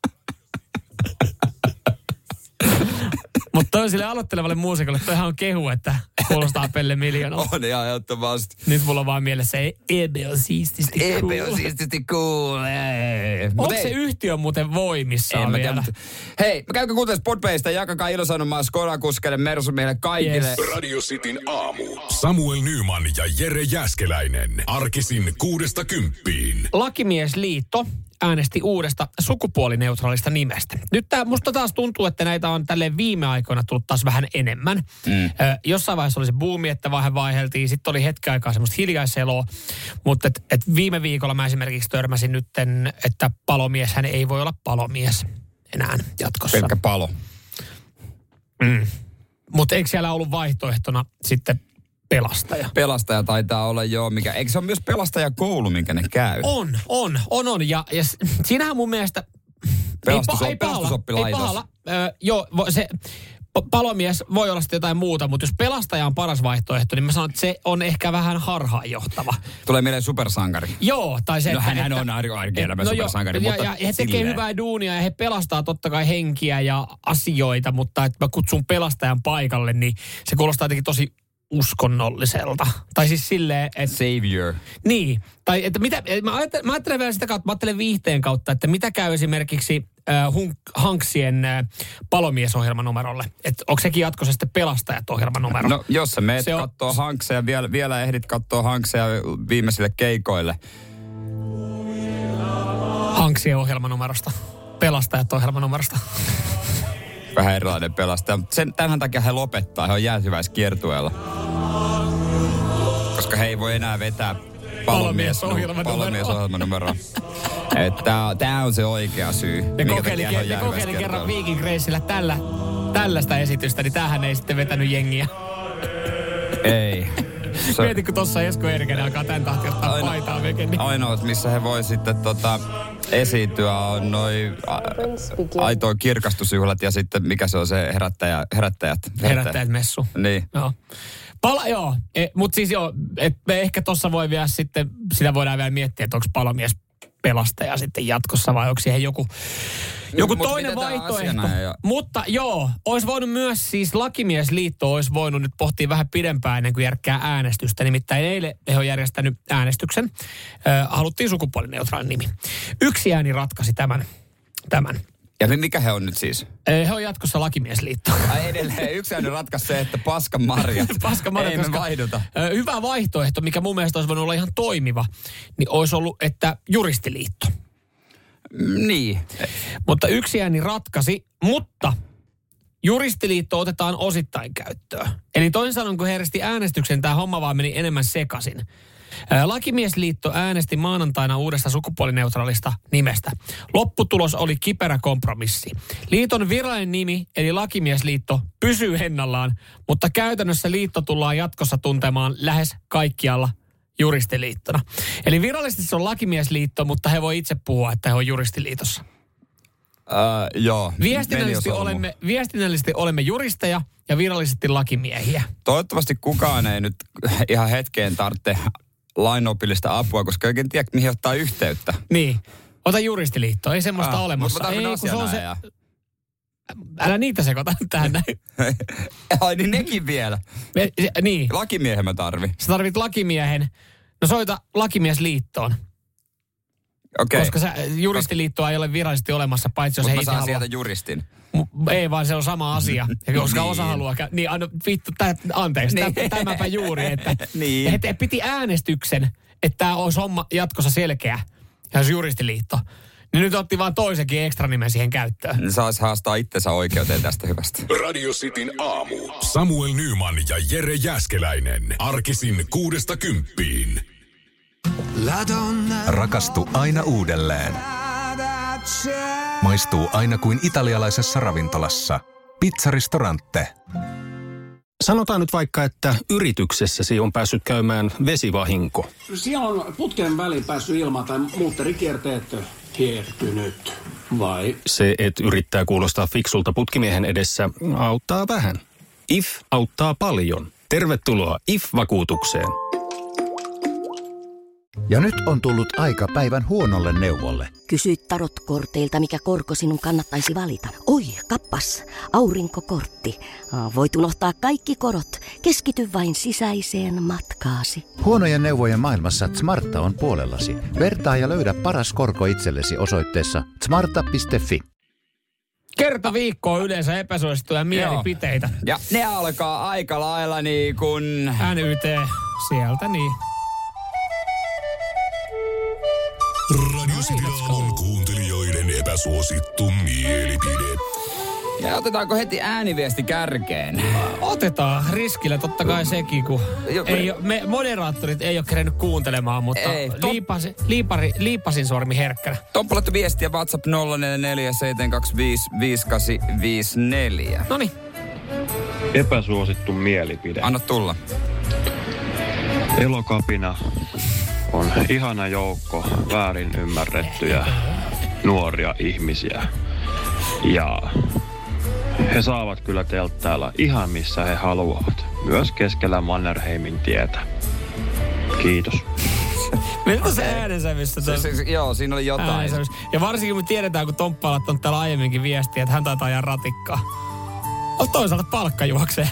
Mutta toisille aloittelevalle muusikolle toihan on kehu, että kuulostaa Pelle Miljoonalta. On ihan ehdottomasti. Nyt mulla on vaan mielessä se E B on siististi E B cool. on siististi cool. Ei. Mut Onko ei. se yhtiö muuten voimissaan En mä vielä? tiedä, mutta- Hei, mä käykö kuuntelis Podplaysta, jakakaa ilosanomaa Skoda-kuskeille, Mersumiehille, kaikille. Yes. Radio Cityn aamu. Samuel Nyman ja Jere Jäskeläinen. Arkisin kuudesta kymppiin. Lakimiesliitto äänesti uudesta sukupuolineutraalista nimestä. Nyt tää, musta taas tuntuu, että näitä on tälleen viime aikoina tullut taas vähän enemmän. Mm. Ö, jossain vaiheessa oli se buumi, että vaihe vaiheltiin. Sitten oli hetken aikaa semmoista hiljaiseloa. Mutta et, et viime viikolla mä esimerkiksi törmäsin nytten, että palomies, hän ei voi olla palomies enää jatkossa. Pelkkä palo. Mm. Mutta eikö siellä ollut vaihtoehtona sitten pelastaja? Pelastaja taitaa olla joo, mikä, eikö se ole myös pelastajakoulu, minkä ne käy? On, on, on, on. Ja, ja s- siinähän mun mielestä... Pelastus- ei, pa- ei pahalla, ei pelastusoppilaitos. pahalla. Ö, joo, vo- se p- palomies voi olla sitten jotain muuta, mutta jos pelastaja on paras vaihtoehto, niin mä sanon, että se on ehkä vähän harhaanjohtava. Tulee mieleen supersankari. Joo, tai se... No että- hänhän että- on arkielämän no joo, supersankari, ja, mutta ja he tekee silleen. hyvää duunia ja he pelastaa totta kai henkiä ja asioita, mutta että mä kutsun pelastajan paikalle, niin se kuulostaa jotenkin tosi uskonnolliselta. Tai siis silleen, että... Savior. Niin, tai että mitä, mä ajattelen, mä ajattelen vielä sitä kautta, mä ajattelen viihteen kautta, että mitä käy esimerkiksi äh, hunk, Hanksien äh, palomiesohjelmanumerolle. Että onko sekin jatkossa sitten pelastajat-ohjelmanumero? No jos sä meet Se on- kattoo Hankseja, vielä, vielä ehdit kattoo Hankseja viimeisille keikoille. Hanksien ohjelmanumerosta, pelastajat-ohjelmanumerosta. Vähän erilainen pelastaja. Sen, tämän takia he lopettaa, he on jäähyväiskiertueella. Koska he ei voi enää vetää palomies, Palomiesohjelmanumeroa. palomiesohjelmanumeroa. Että tää on se oikea syy. Ne minkä kokeili, takia he on ne kokeili kerran jäähyväiskiertueella. Viking Raceillä tällä, tällaista esitystä, niin tämähän ei sitten vetänyt jengiä. Ei. Se, Mieti, kun tuossa Esko Erkenen alkaa tän tahti ottaa Aino- paitaa veken. Niin. ainoat, missä he voi sitten tota, esiintyä on noi a, aitoa kirkastusjuhlat ja sitten mikä se on se herättäjä, herättäjät. Herättäjät messu. Niin. Joo. Pala, joo. E, mutta siis joo, et me ehkä tuossa voi vielä sitten, sitä voidaan vielä miettiä, että onko palomies pelastaja sitten jatkossa vai onko siihen joku, joku Mut toinen miten tää vaihtoehto. asia näin? Mutta joo, olisi voinut myös siis Lakimiesliitto olisi voinut nyt pohtia vähän pidempään ennen kuin järkkää äänestystä. Nimittäin eilen he on järjestänyt äänestyksen. Ö, haluttiin sukupuolineutraali nimi. Yksi ääni ratkaisi tämän. tämän. Ja mikä he on nyt siis? He on jatkossa lakimiesliitto. Ai edelleen, yksi aina ratkaisi se, että paskan marjat. paskan marjat, ei me vaihduta. Hyvä vaihtoehto, mikä mun mielestä olisi voinut olla ihan toimiva, niin olisi ollut, että juristiliitto. Niin. Mutta yksi ääni ratkaisi, mutta juristiliitto otetaan osittain käyttöön. Eli toisin sanoen, kun heresti äänestyksen, tämä homma vaan meni enemmän sekaisin. Lakimiesliitto äänesti maanantaina uudesta sukupuolineutraalista nimestä. Lopputulos oli kiperä kompromissi. Liiton virallinen nimi, eli Lakimiesliitto, pysyy ennallaan, mutta käytännössä liitto tullaan jatkossa tuntemaan lähes kaikkialla juristiliittona. Eli virallisesti se on Lakimiesliitto, mutta he voi itse puhua, että he on juristiliitossa. Uh, joo. Viestinnällisesti olemme, viestinnällisesti olemme juristeja ja virallisesti lakimiehiä. Toivottavasti kukaan ei nyt ihan hetkeen tarvitse lainopillista apua, koska oikein tiedä, mihin ottaa yhteyttä. Niin. Ota juristiliitto, ei semmoista ah, olemassa. Ei, kun se on se... Älä niitä sekoita tähän näin. Ai niin nekin vielä. Me, se, niin. Lakimiehen mä tarvin. Sä tarvit lakimiehen. No soita lakimiesliittoon. Okei. Koska sä, juristiliittoa ei ole virallisesti olemassa, paitsi jos Mut he mä itse saan halua. sieltä juristin. M- ei vaan se on sama asia. Ja koska niin. osa haluaa käydä. Niin anna, vittu, tä, anteeksi, niin. tä, tämäpä juuri, että niin. he, he piti äänestyksen, että tämä olisi homma jatkossa selkeä. Ja jos juristiliitto. Niin nyt otti vaan toisenkin ekstra nimen siihen käyttöön. Saisi haastaa itsensä oikeuteen tästä hyvästä. Radio Cityn aamu. Samuel Nyman ja Jere Jääskeläinen. Arkisin kuudesta kymppiin. Rakastu aina uudelleen. Maistuu aina kuin italialaisessa ravintolassa. Pizzaristorante. Sanotaan nyt vaikka, että yrityksessäsi on päässyt käymään vesivahinko. Siellä on putken väliin päässyt ilma tai muutterikierteet hiertynyt, vai? Se, että yrittää kuulostaa fiksulta putkimiehen edessä, auttaa vähän. I F auttaa paljon. Tervetuloa I F-vakuutukseen. Ja nyt on tullut aika päivän huonolle neuvolle. Kysy tarotkorteilta, mikä korko sinun kannattaisi valita. Oi, kappas, aurinkokortti. Voit unohtaa kaikki korot. Keskity vain sisäiseen matkaasi. Huonojen neuvojen maailmassa Smarta on puolellasi. Vertaa ja löydä paras korko itsellesi osoitteessa smarta piste fi. Kerta viikkoa yleensä epäsuosittuja mielipiteitä. Ja ne alkaa aika lailla niin kuin... N Y T sieltä niin. Radio Cityn aamun kuuntelijoiden epäsuosittu mielipide. Ja otetaanko heti ääniviesti kärkeen? Otetaan riskillä totta kai sekin, kun jo, ei ole, me moderaattorit ei ole kerennyt kuuntelemaan, mutta ei, top... liipasi, liipari, liipasin sormi herkkänä. Toppalaittu viestiä WhatsApp nolla neljä neljä seitsemän kaksi viisi viisi kahdeksan viisi neljä. Noniin. Epäsuosittu mielipide. Anna tulla. Elokapina on ihana joukko väärin ymmärrettyjä nuoria ihmisiä. Ja he saavat kyllä telttailla ihan missä he haluavat. Myös keskellä Mannerheimin tietä. Kiitos. Miltä se äänensävyssä? Se, se, joo, siinä oli jotain. Äänensävyssä. Ja varsinkin me tiedetään, kun Tomppa on laittanut täällä aiemminkin viestiä, että hän taitaa ajaa ratikkaa. Toisaalta palkka juoksee.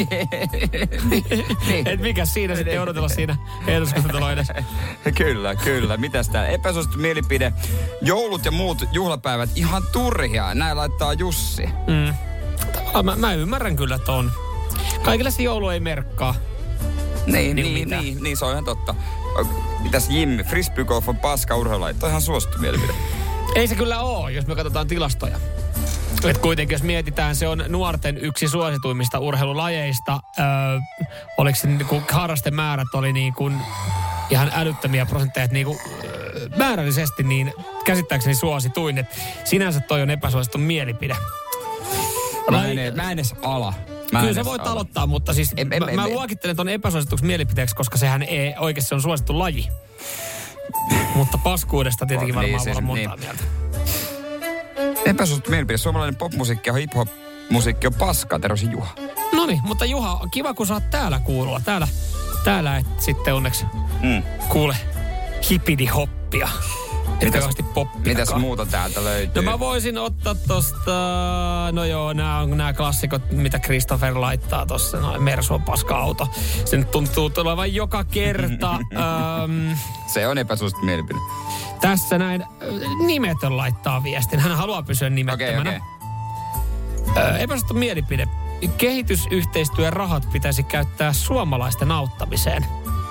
niin. Et mikä siinä sitten odotella siinä eduskuntatalo edessä. Kyllä, kyllä. Mitäs tää? Epäsuosittu mielipide. Joulut ja muut juhlapäivät ihan turhia. Näin laittaa Jussi. Mm. Mä, mä ymmärrän kyllä ton. Kaikille se joulu ei merkkaa. Niin, niin, niin, niin, niin, se on ihan totta. Mitäs Jimmy? Frisbeegolf on paska urheilulaji. Toi on ihan suosittu mielipide. Ei se kyllä oo, jos me katsotaan tilastoja. Et kuitenkin, jos mietitään, se on nuorten yksi suosituimmista urheilulajeista. Öö, oliko se niinku harrastemäärät oli niinku ihan älyttömiä prosentteja, että niinku, öö, määrällisesti niin käsittääkseni suosituin. Et sinänsä toi on epäsuosittu mielipide. Mä en, mä en edes ala. Mä Kyllä sä voit ala. aloittaa, mutta siis en, en, mä, en, mä luokittelen ton epäsuosituksi mielipiteeksi, koska sehän ei oikeasti on suosittu laji. Mutta paskuudesta tietenkin varmaan niin, siis, voi olla montaa niin. mieltä. Epäsuosittu mielipide. Suomalainen popmusiikki ja hip-hop-musiikki on paskaa. Terveisiin Juha. Noniin, mutta Juha, kiva kun sä oot täällä kuulua. Täällä, täällä et sitten onneksi mm. kuule hipidi-hoppia. Mitäs, poppia. mitäs muuta täältä löytyy? No mä voisin ottaa tosta, no joo, nää on nää klassikot, mitä Christopher laittaa tossa. No, Mersu on paska-auto. Se nyt tuntuu tulevan joka kerta. Öm, Se on epäsuosittu mielipide. Tässä näin nimetön laittaa viestin. Hän haluaa pysyä nimettömänä. Okay, okay. Epäsuosittu mielipide. Kehitysyhteistyön rahat pitäisi käyttää suomalaisten auttamiseen.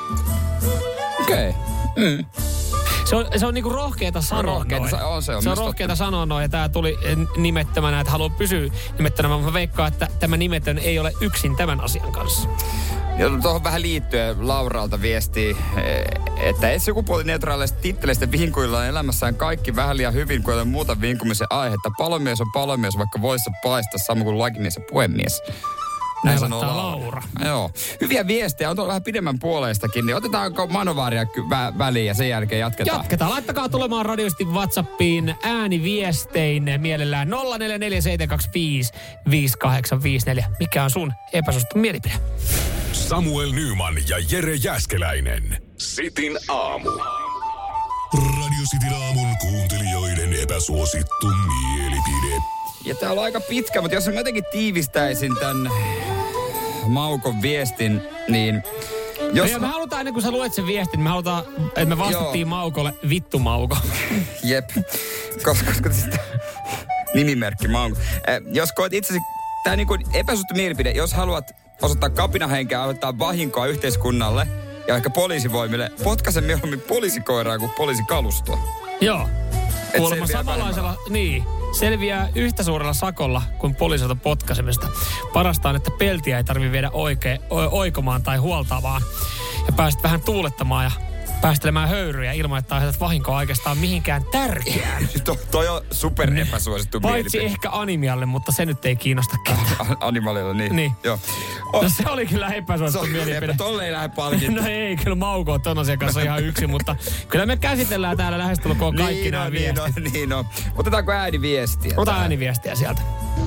Okei. Okay. Mm. Se on, se on niinku rohkeeta sanoa rohkeeta, noin. On, se on, se on rohkeeta sanoa noin, ja tää tuli nimettömänä, että haluaa pysyä nimettömänä, mutta mä veikkaan, että tämä nimetön ei ole yksin tämän asian kanssa. Ja tuohon vähän liittyen Lauralta viestii, että ei sukupuolineutraaleista titteleistä vinkuillaan elämässään kaikki vähän liian hyvin, kun ei ole muuta vinkumisen aihetta. Palomies on palomies, vaikka voisi paistaa samoin kuin lakimies ja puhemies. Näin sanoo Laura. Laura. Joo. Hyviä viestejä. On tuolla vähän pidemmän puoleistakin. Niin otetaanko Manovaaria vä- väliin ja sen jälkeen jatketaan? Jatketaan. Laittakaa tulemaan radiosti WhatsAppiin ääniviestein mielellään nolla neljä neljä seitsemän kaksi viisi viisi kahdeksan viisi neljä. Mikä on sun epäsuosittu mielipide? Samuel Nyman ja Jere Jääskeläinen. Sitin aamu. Radio Cityn aamun kuuntelijoiden epäsuosittu mielipide. Ja tää on aika pitkä, mutta jos mä jotenkin tiivistäisin tän Maukon viestin, niin... Jos... Ja me halutaan, ennen kuin sä luet sen viestin, me halutaan, että me vastattiin Joo. Maukolle vittu Mauko. Jep, koska, koska sitä nimimerkki Mauko. Eh, jos koet itsesi, tää niinku epäsuosittu mielipide, jos haluat osoittaa kapinahenkeä ja aiheuttaa vahinkoa yhteiskunnalle ja ehkä poliisivoimille, potkaise mieluummin poliisikoiraa kuin poliisikalustoa. Joo. Kuulemma samanlaisella, niin, selviää yhtä suurella sakolla kuin poliisilta potkaisemista. Parasta on, että peltiä ei tarvitse viedä oike, oikomaan tai huoltavaan. Ja pääset vähän tuulettamaan ja päästelemään höyryjä ilman, että aiheutat vahinkoa oikeastaan mihinkään tärkeään. to, toi on super epäsuosittu Paitsi mielipide. ehkä Animialle, mutta se nyt ei kiinnosta ketään. Animalilla, niin. niin. Joo. Oh. No se oli kyllä epäsuosittu mielipide. Tolle ei lähde palkinto. No ei, kyllä Mauko on ton asian kanssa ihan yksin, mutta kyllä me käsitellään täällä lähestulkoon kaikki niin nämä no, viestit. Niin no, niin no. Otetaanko ääniviestiä? Ota ääniviestiä sieltä.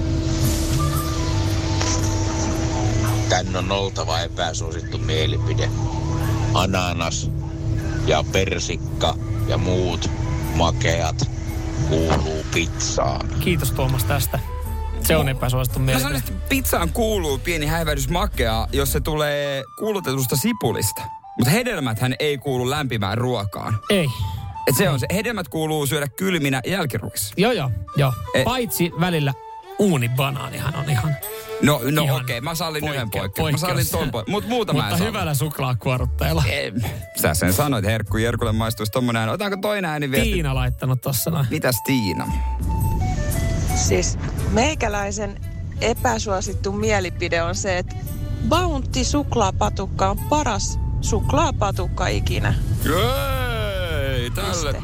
Tän on oltava epäsuosittu mielipide. Ananas ja persikka ja muut makeat kuuluu pizzaan. Kiitos Tuomas tästä. Se on epäsuosittu mielipide. Mä sanon, että pizzaan kuuluu pieni häivähdys makea, jos se tulee kuulutetusta sipulista. Mutta hedelmäthän ei kuulu lämpimään ruokaan. Ei. Et se on se. Hedelmät kuuluu syödä kylminä jälkiruissa. Joo, joo, joo. E- Paitsi välillä uunibanaanihan on ihan... No, no okei, okay. Mä sallin yhden poikkeuksen. Mä sallin ton poikkeuksen. Mut muuta Mutta mä en sallin. hyvällä suklaakuorutteella. Ei, sä sen sanoit, herkku Jerkulle maistuisi tommonen ääni. Otanko toinen ääni viesti? Tiina laittanut tossa noin. Mitäs Tiina? Siis meikäläisen epäsuosittu mielipide on se, että Bounty suklaapatukka on paras suklaapatukka ikinä. Ei, tälle.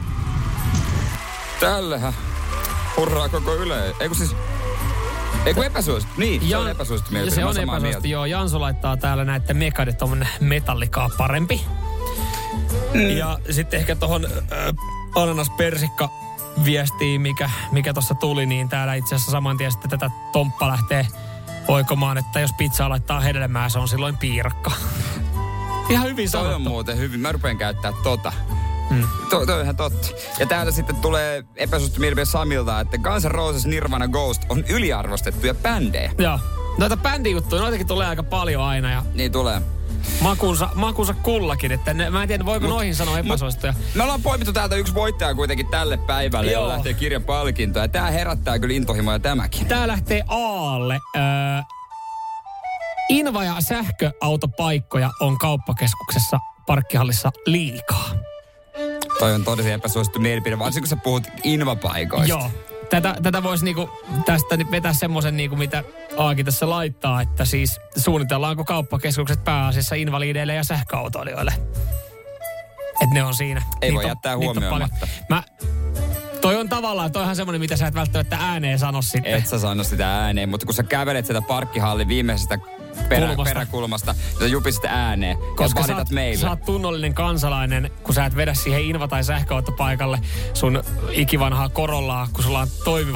Tällehän hurraa koko Yle. Eiku siis... Eiku epäsuosittu? Niin, Jan, se on epäsuosittu mielipide. Se on epäsuosittu, joo. Jansu laittaa täällä näitä mekadet tommonen metallikaa parempi. Mm. Ja sitten ehkä tohon äh, ananaspersikka viestiin, mikä, mikä tuossa tuli, niin täällä itse asiassa saman tien sitten tätä Tomppa lähtee oikomaan, että jos pizzaa laittaa hedelmää, se on silloin piirakka. Ihan hyvin sanottu. Toi on muuten hyvin. Mä rupean käyttää tota. Mm. To, toi on ihan totta. Ja täällä sitten tulee epäsuosittu mielipide Samilta, että Guns N' Roses, Nirvana, Ghost on yliarvostettuja bändejä. Joo. Noita bändijuttuja, noitakin tulee aika paljon aina. Ja niin tulee. Makunsa, makunsa kullakin, että ne, mä en tiedä, voiko mut, noihin sanoa epäsuosittuja. Me ollaan poimittu täältä yksi voittaja kuitenkin tälle päivälle, jolla lähtee kirjan palkintoa. Ja tää herättää kyllä intohimoja tämäkin. Tää lähtee Aalle. Öö, Inva- ja sähköautopaikkoja on kauppakeskuksessa parkkihallissa liikaa. Toi on todella epäsuosittu mielipide, varsinkin kun sä puhut invapaikoista. Joo. Tätä, tätä voisi niinku tästä vetää semmoisen, niinku, mitä Aakin tässä laittaa, että siis suunnitellaanko kauppakeskukset pääasiassa invaliideille ja sähköautoilijoille. Että ne on siinä. Ei niitä voi on, jättää huomioimatta. Mä, toi on tavallaan, toihan semmoinen, mitä sä et välttämättä ääneen sano sitten. Et sä sano sitä ääneen, mutta kun sä kävelet sitä parkkihallin viimeisestä perä, peräkulmasta, ja sä jupisit ääneen, koska sä oot, meille. Sä oot tunnollinen kansalainen, kun sä et vedä siihen inva- tai sähköautopaikalle sun ikivanhaa Corollaa, kun sulla on toimivat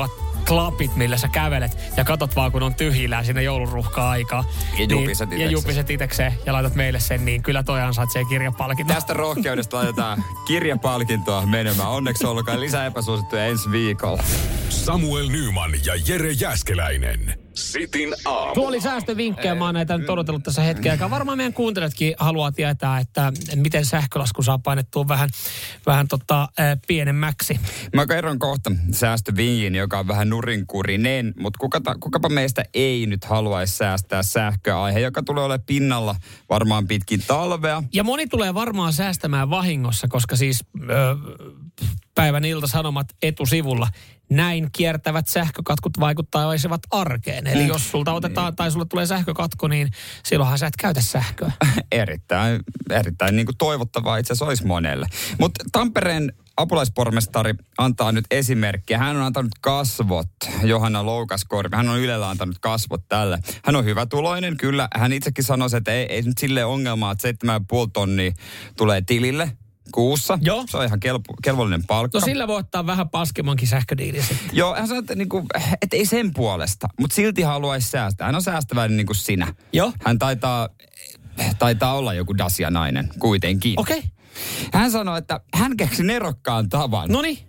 klapit, millä sä kävelet ja katot vaan, kun on tyhjillään siinä jouluruhka-aikaa. Ja jupiset niin, ja jupiset itekseen ja laitat meille sen, niin kyllä toi ansaitsee kirjapalkintoa. Tästä rohkeudesta laitetaan kirjapalkintoa menemään. Onneksi olkoon lisää epäsuosittuja ensi viikolla. Samuel Nyman ja Jere Jääskeläinen. Sitin aamu. Tuo oli säästövinkkejä. Mä oon näitä nyt odotellut tässä hetken aikaa. Varmaan meidän kuuntelijatkin haluaa tietää, että miten sähkölasku saa painettua vähän, vähän tota, äh, pienemmäksi. Mä kerron kohta säästövinkin, joka on vähän nurinkurinen, mutta kuka, kukapa meistä ei nyt haluaisi säästää sähköä. Aihe, joka tulee olemaan pinnalla varmaan pitkin talvea. Ja moni tulee varmaan säästämään vahingossa, koska siis äh, päivän Ilta-Sanomat etusivulla näin kiertävät sähkökatkut vaikuttaisivat arkeen. Eli mm. jos sulta otetaan tai sulle tulee sähkökatko, niin silloinhan sä et käytä sähköä. erittäin, erittäin niin kuin toivottavaa itse asiassa olisi monelle. Mutta Tampereen apulaispormestari antaa nyt esimerkkiä. Hän on antanut kasvot, Johanna Loukaskorpi. Hän on Ylellä antanut kasvot tälle. Hän on hyvätuloinen, kyllä. Hän itsekin sanoi, että ei, ei nyt silleen ongelmaa, että seitsemän pilkku viisi tonnia tulee tilille kuussa. Joo. Se on ihan kelpo, kelvollinen palkka. No sillä voi ottaa vähän paskemankin sähködiiliä sitten. Joo, hän sanoi, että, niinku, että ei sen puolesta, mutta silti haluaisi säästää. Hän on säästäväinen niin kuin sinä. Joo. Hän taitaa, taitaa olla joku Dacia-nainen kuitenkin. Okei. Okay. Hän sanoi, että hän keksi nerokkaan tavan. Noniin.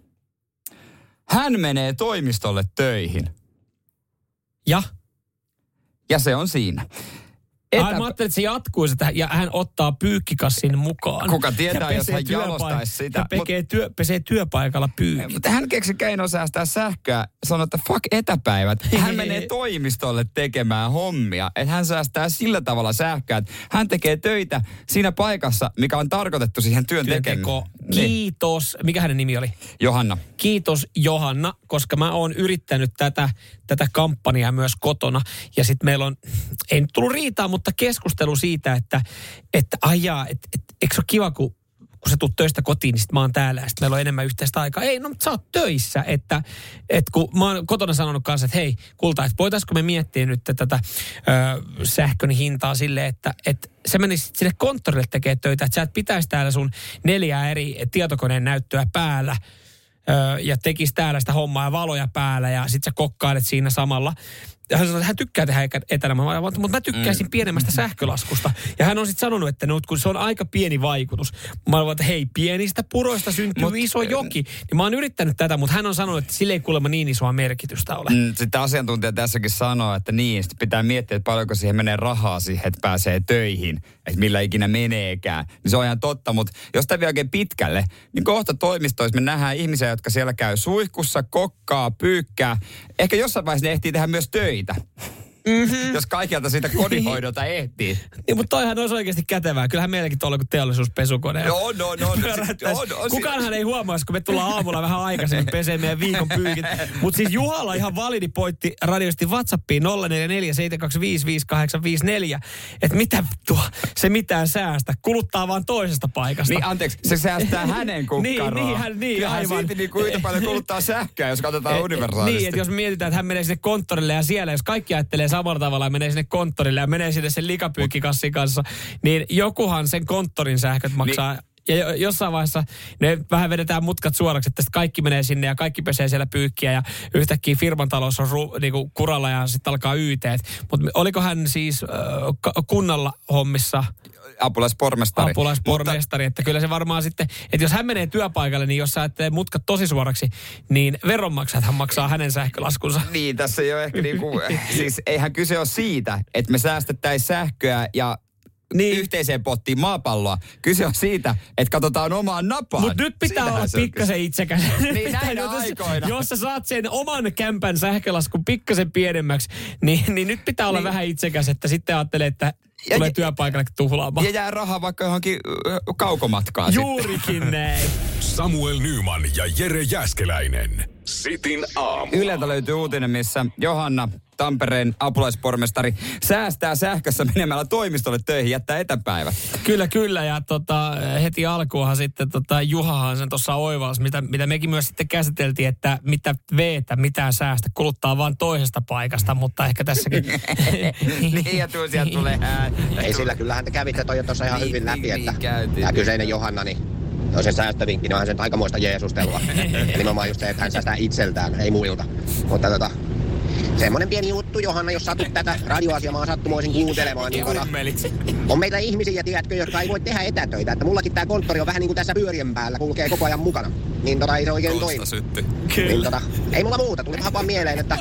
Hän menee toimistolle töihin. Ja? Ja se on siinä. Etä... Ai, mä ajattelin, että se jatkuu sitä ja hän ottaa pyykkikassin mukaan. Kuka tietää, jos hän jalostaisi sitä. Ja pekee Mut... työ, pesee työpaikalla pyykit. Mutta hän keksi keino säästää sähköä. Sanoi, että fuck etäpäivät. Hän menee toimistolle tekemään hommia. Että hän säästää sillä tavalla sähköä, että hän tekee töitä siinä paikassa, mikä on tarkoitettu siihen työn tekemiseen. Kiitos. Mikä hänen nimi oli? Johanna. Kiitos Johanna, koska mä oon yrittänyt tätä, tätä kampanjaa myös kotona. Ja sitten meillä on, ei nyt tullut riitaa, mutta keskustelu siitä, että, että aijaa, että et, eikö se ole kiva, kun, kun sä tulet töistä kotiin, niin sit mä oon täällä ja sit meillä on enemmän yhteistä aikaa. Ei, no mutta sä oot töissä, että, että kun mä oon kotona sanonut kanssa, että hei, kulta, että voitaisko me miettiä nyt tätä ö, sähkön hintaa silleen, että, että sä menisit sinne konttorille tekemään töitä, että sä et pitäisi täällä sun neljää eri tietokoneen näyttöä päällä ö, ja tekisi täällä sitä hommaa ja valoja päällä ja sit sä kokkailet siinä samalla. Hän sanoi, että hän tykkää tehdä etänä, mutta mä tykkäisin mm. pienemmästä sähkölaskusta. Ja hän on sitten sanonut, että no, kun se on aika pieni vaikutus. Mä olen, että hei, pienistä puroista syntyy Mut, iso joki. Niin mä oon yrittänyt tätä, mutta hän on sanonut, että sille ei kuulemma niin isoa merkitystä ole. Mm, sitten asiantuntija tässäkin sanoo, että niin, sitten pitää miettiä, että paljonko siihen menee rahaa siihen, että pääsee töihin. Että millä ikinä meneekään. Niin se on ihan totta, mutta jos tämä vie oikein pitkälle, niin kohta toimistoissa me nähdään ihmisiä, jotka siellä käy suihkussa, kokkaa, pyykkää. Ehkä jossain vaiheessa ne ehtii tehdä myös töitä. Mm-hmm. Jos kaikilta siitä kodinhoidolta ehtii. Niin, mutta toihan olisi oikeasti kätevää. Kyllähän meilläkin tuolla kuin teollisuuspesukone. Joo, no, no. no Kukaanhan ei huomaisi, kun me tullaan aamulla vähän aikaisemmin pesee meidän viikon pyykit. Mutta siis Juhalla ihan validi pointti radiosti WhatsAppiin nolla neljä neljä seitsemän kaksi viisi viisi kahdeksan viisi neljä. Että mitä tuo, se mitään säästä. Kuluttaa vaan toisesta paikasta. Niin anteeksi, se säästää hänen kukkaroa. niin, niin, hän, niin, Kyllä aivan. hän silti niin kuin yhtä paljon kuluttaa sähköä, jos katsotaan universaalisti. Niin, että jos mietitään, että hän menee sinne konttorille ja siellä, jos kaikki ajattelee samalla tavalla ja menee sinne konttorille ja menee sinne sen likapyykkikassin kanssa, niin jokuhan sen konttorin sähköt maksaa. Niin. Ja jossain vaiheessa ne vähän vedetään mutkat suoraksi, että kaikki menee sinne ja kaikki pesee siellä pyykkiä ja yhtäkkiä firman talous on ru, niinku kuralla ja sitten alkaa yteet. Mutta oliko hän siis äh, kunnalla hommissa? Apulaispormestari. Apulaispormestari, mutta että kyllä se varmaan sitten, että jos hän menee työpaikalle, niin jos sä ajattelee mutkat tosi suoraksi, niin veronmaksajathan maksaa hänen sähkölaskunsa. Niin, tässä ei ole ehkä niinku, siis eihän kyse ole siitä, että me säästettäisiin sähköä ja niin yhteiseen pottiin maapalloa. Kyse on siitä, että katsotaan omaan napaan. Mutta nyt pitää Siinähän olla pikkasen itsekäs. Niin näinä aikoina. Jos sä saat sen oman kämpän sähkölaskun pikkasen pienemmäksi, niin, niin nyt pitää olla niin vähän itsekäs, että sitten ajattelee, että ja tulee työpaikalle tuhlaamaan. Ja jää rahaa vaikka johonkin kaukomatkaan. Juurikin näin. Samuel Nyman ja Jere Jääskeläinen. Sitin aamu. Yleltä löytyy uutinen, missä Johanna, Tampereen apulaispormestari, säästää sähkössä menemällä toimistolle töihin, jättää etäpäivät. Kyllä, kyllä. Ja tota, heti alkuunhan sitten tota, Juhahan sen tuossa oivalsi, mitä, mitä mekin myös sitten käsiteltiin, että mitä veetä, mitään säästä, kuluttaa vaan toisesta paikasta, mutta ehkä tässäkin. Niin, ja tuo sieltä tulee ään. Ei sillä, kyllähän te kävitte toi jo tuossa ihan niin, hyvin läpi, niin, että niin, tämä kyseinen Johanna, niin No se säästövinkki, no onhan se aikamoista jeesustelua. Eli nimenomaan just se, että hän säästää itseltään, ei muilta. Mutta tota, semmoinen pieni juttu, Johanna, jos satut tätä radioasiamaa sattumoisin kuuntelemaan, niin tota, on meitä ihmisiä, tiedätkö, jotka ei voi tehdä etätöitä. Että mullakin tää konttori on vähän niin kuin tässä pyörien päällä, kulkee koko ajan mukana. Niin tota, ei se oikein toimi. Niin tota, ei mulla muuta, tuli vaan mieleen, että...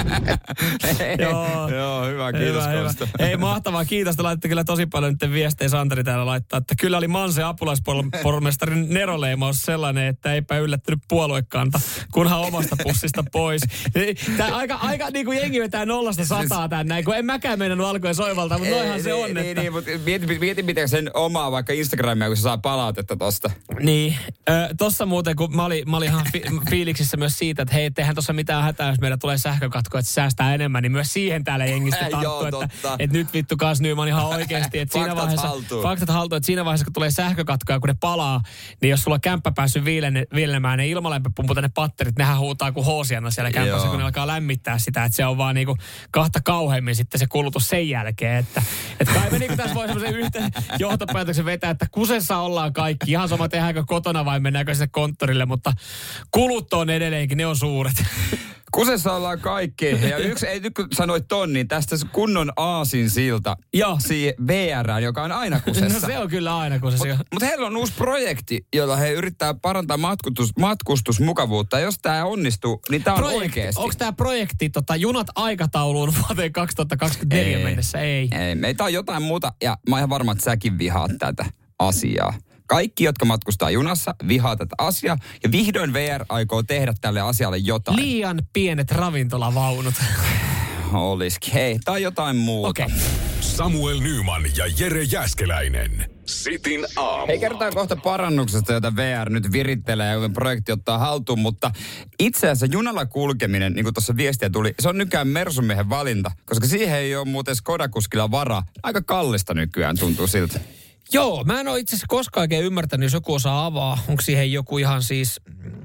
Et... joo, joo, hyvä, kiitos hyvä, hyvä. Ei, mahtavaa, kiitos. Te laitte kyllä tosi paljon nyt viestejä, Santeri täällä laittaa, että kyllä oli Manse apulaispormestarin neroleimaus sellainen, että eipä yllättynyt puoluekanta, kunhan omasta pussista pois. Tää aika, aika niin kuin jengi vetää nollasta sataa tän näin, kun en mäkään meinannut alkoja soivalta, mutta noihan se on, niin, että... Niin, mutta mieti, mieti miten sen omaa vaikka Instagramia, kun se saa palautetta tosta. Niin, ö, tossa muuten, kun mä olin, mä olin ihan fi- fiiliksissä myös siitä, että hei, eihän tossa mitään hätää, jos meillä tulee sähkökatko, että se säästää enemmän, niin myös siihen täällä jengistä tarttuu, että, että nyt vittu Cas Nyman ihan oikeasti, että siinä vaiheessa... haltuun. Faktat haltuun, että siinä vaiheessa, kun tulee sähkökatkoja, kun ne palaa, niin jos sulla on kämppä päässyt viilenemään, ne ilmalämpöpumput ja ne patterit, nehän huutaa kuin hoosiana siellä kämppässä, kun ne alkaa lämmittää sitä, että se on vaan niinku kahta kauheammin sitten se kulutus sen jälkeen, että, että kai me niinku tässä voi semmoisen yhteen johtopäätöksen vetää, että kusessa ollaan kaikki, ihan sama tehdäänkö kotona vai mennäänkö sinne konttorille, mutta kulut on edelleenkin, ne on suuret. Kusessa ollaan kaikki. Ja yksi, ei nyt kun sanoit ton, niin tästä kunnon aasinsilta siihen V R:ään, joka on aina kusessa. No se on kyllä aina kusessa. Mutta mut heillä on uusi projekti, jolla he yrittää parantaa matkustus, matkustusmukavuutta. Jos tämä onnistuu, niin tämä on projekti, oikeasti. Onko tämä projekti tota, junat aikatauluun vuoteen kaksituhattakaksikymmentäneljä ei, mennessä? Ei. Ei, meitä on jotain muuta ja mä oon ihan varma, että säkin vihaat tätä asiaa. Kaikki, jotka matkustaa junassa, vihaa tätä asiaa. Ja vihdoin V R aikoo tehdä tälle asialle jotain. Liian pienet ravintolavaunut. Olisikin. Hei, tai jotain muuta. Okei. Okay. Samuel Nyman ja Jere Jääskeläinen. Sitin aamu. Hei, kerrotaan kohta parannuksesta, jota V R nyt virittelee ja projekti ottaa haltuun. Mutta itse asiassa junalla kulkeminen, niin kuin tuossa viestiä tuli, se on nykyään Mersumiehen valinta. Koska siihen ei ole muuten Skoda-kuskilla varaa. Aika kallista nykyään tuntuu siltä. Joo, mä en ole itse asiassa koskaan oikein ymmärtänyt, jos joku osaa avaa, onko siihen joku ihan siis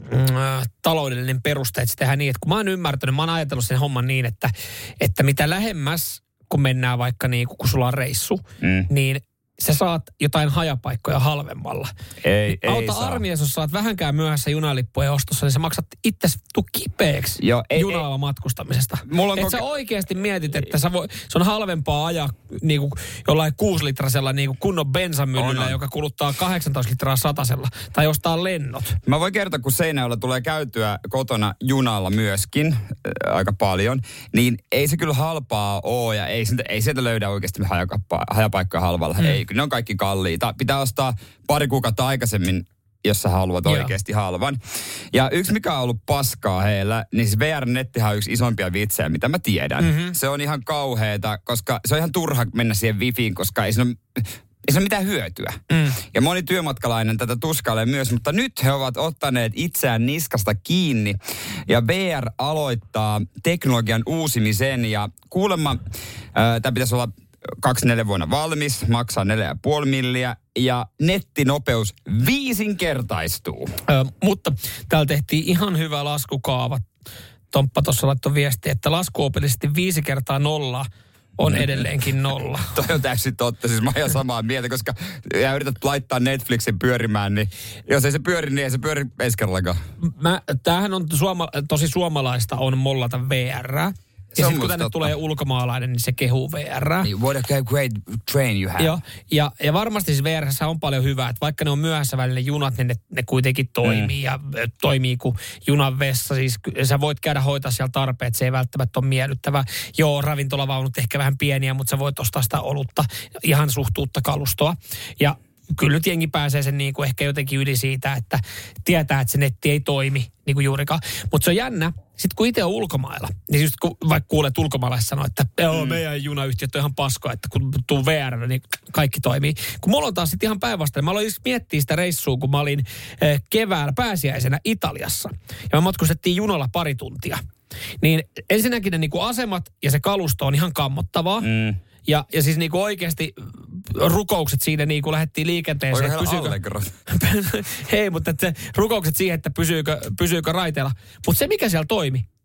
äh, taloudellinen peruste, että se tehdään niin, että kun mä oon ymmärtänyt, mä oon ajatellut sen homman niin, että, että mitä lähemmäs, kun mennään vaikka niin, kun sulla on reissu, mm. niin sä saat jotain hajapaikkoja halvemmalla. Ei, ei Auta saa. armias, jos saat vähänkään myöhässä junalippujen ostossa, niin sä maksat itse tuu kipeäksi Joo, ei, junalla ei. matkustamisesta. Et koke- sä oikeasti mietit, että sä voi, se on halvempaa ajaa niin kuin jollain kuusilitrasella niin kuin kunnon bensamyllyllä, joka kuluttaa kahdeksantoista litraa satasella. Tai ostaa lennot. Mä voin kertoa, kun Seinäjoella tulee käytyä kotona junalla myöskin äh, aika paljon, niin ei se kyllä halpaa ole ja ei, ei sieltä löydä oikeasti hajapaikkoja halvalla. Hmm. Ei, ne on kaikki kalliita. Pitää ostaa pari kuukautta aikaisemmin, jos sä haluat Joo. oikeasti halvan. Ja yksi, mikä on ollut paskaa heillä, niin siis V R-nettihan on yksi isompia vitsejä, mitä mä tiedän. Mm-hmm. Se on ihan kauheeta, koska se on ihan turha mennä siihen wifiin, koska ei siinä ole, ei siinä ole mitään hyötyä. Mm. Ja moni työmatkalainen tätä tuskailee myös, mutta nyt he ovat ottaneet itseään niskasta kiinni. Ja V R aloittaa teknologian uusimisen ja kuulemma äh, tämä pitäisi olla kaksikymmentäneljä vuonna valmis, maksaa neljä pilkku viisi milliä ja nettinopeus viisinkertaistuu. Ö, mutta täällä tehtiin ihan hyvä laskukaava. Tomppa tuossa laittoi viesti, että laskuopillisesti viisi kertaa nolla on edelleenkin nolla. Toi on täysin totta. Siis mä oon samaa mieltä, koska ja yrität laittaa Netflixin pyörimään, niin jos ei se pyöri, niin ei se pyöri ensi kerrallakaan. Mä, tämähän on suoma, tosi suomalaista on mollata V R. Ja sitten kun tänne totta. tulee ulkomaalainen, niin se kehuu V R. What a great train you have. Joo, ja, ja varmasti siis V R:ssä on paljon hyvää, että vaikka ne on myöhässä välillä junat, niin ne, ne kuitenkin toimii. Mm. Ja toimii kuin junan vessa. Siis sä voit käydä hoitaa siellä tarpeet, se ei välttämättä ole miellyttävää. Joo, ravintolavaunut ehkä vähän pieniä, mutta sä voit ostaa sitä olutta, ihan suhtuutta kalustoa. Ja kyllä nyt jengi pääsee sen niin kuin ehkä jotenkin yli siitä, että tietää, että se netti ei toimi niin kuin juurikaan. Mutta se on jännä. Sitten kun itse on ulkomailla, niin just kun vaikka kuulet ulkomaalaiset sanoa, että joo, mm. meidän junayhtiöt on ihan paskoa, että kun tuu V R, niin kaikki toimii. Kun mulla on taas sitten ihan päinvastainen. Mä aloin just miettiä sitä reissua, kun mä olin eh, keväällä pääsiäisenä Italiassa. Ja me matkustettiin junalla pari tuntia. Niin ensinnäkin ne niinku asemat ja se kalusto on ihan kammottavaa. Mm. Ja, ja siis niinku oikeasti rukoukset siinä niinku lähdettiin liikenteeseen. Oiko heillä Allegrot? Hei, mutta että rukoukset siihen, että pysyykö, pysyykö raiteella. Mutta se, mikä siellä toimi,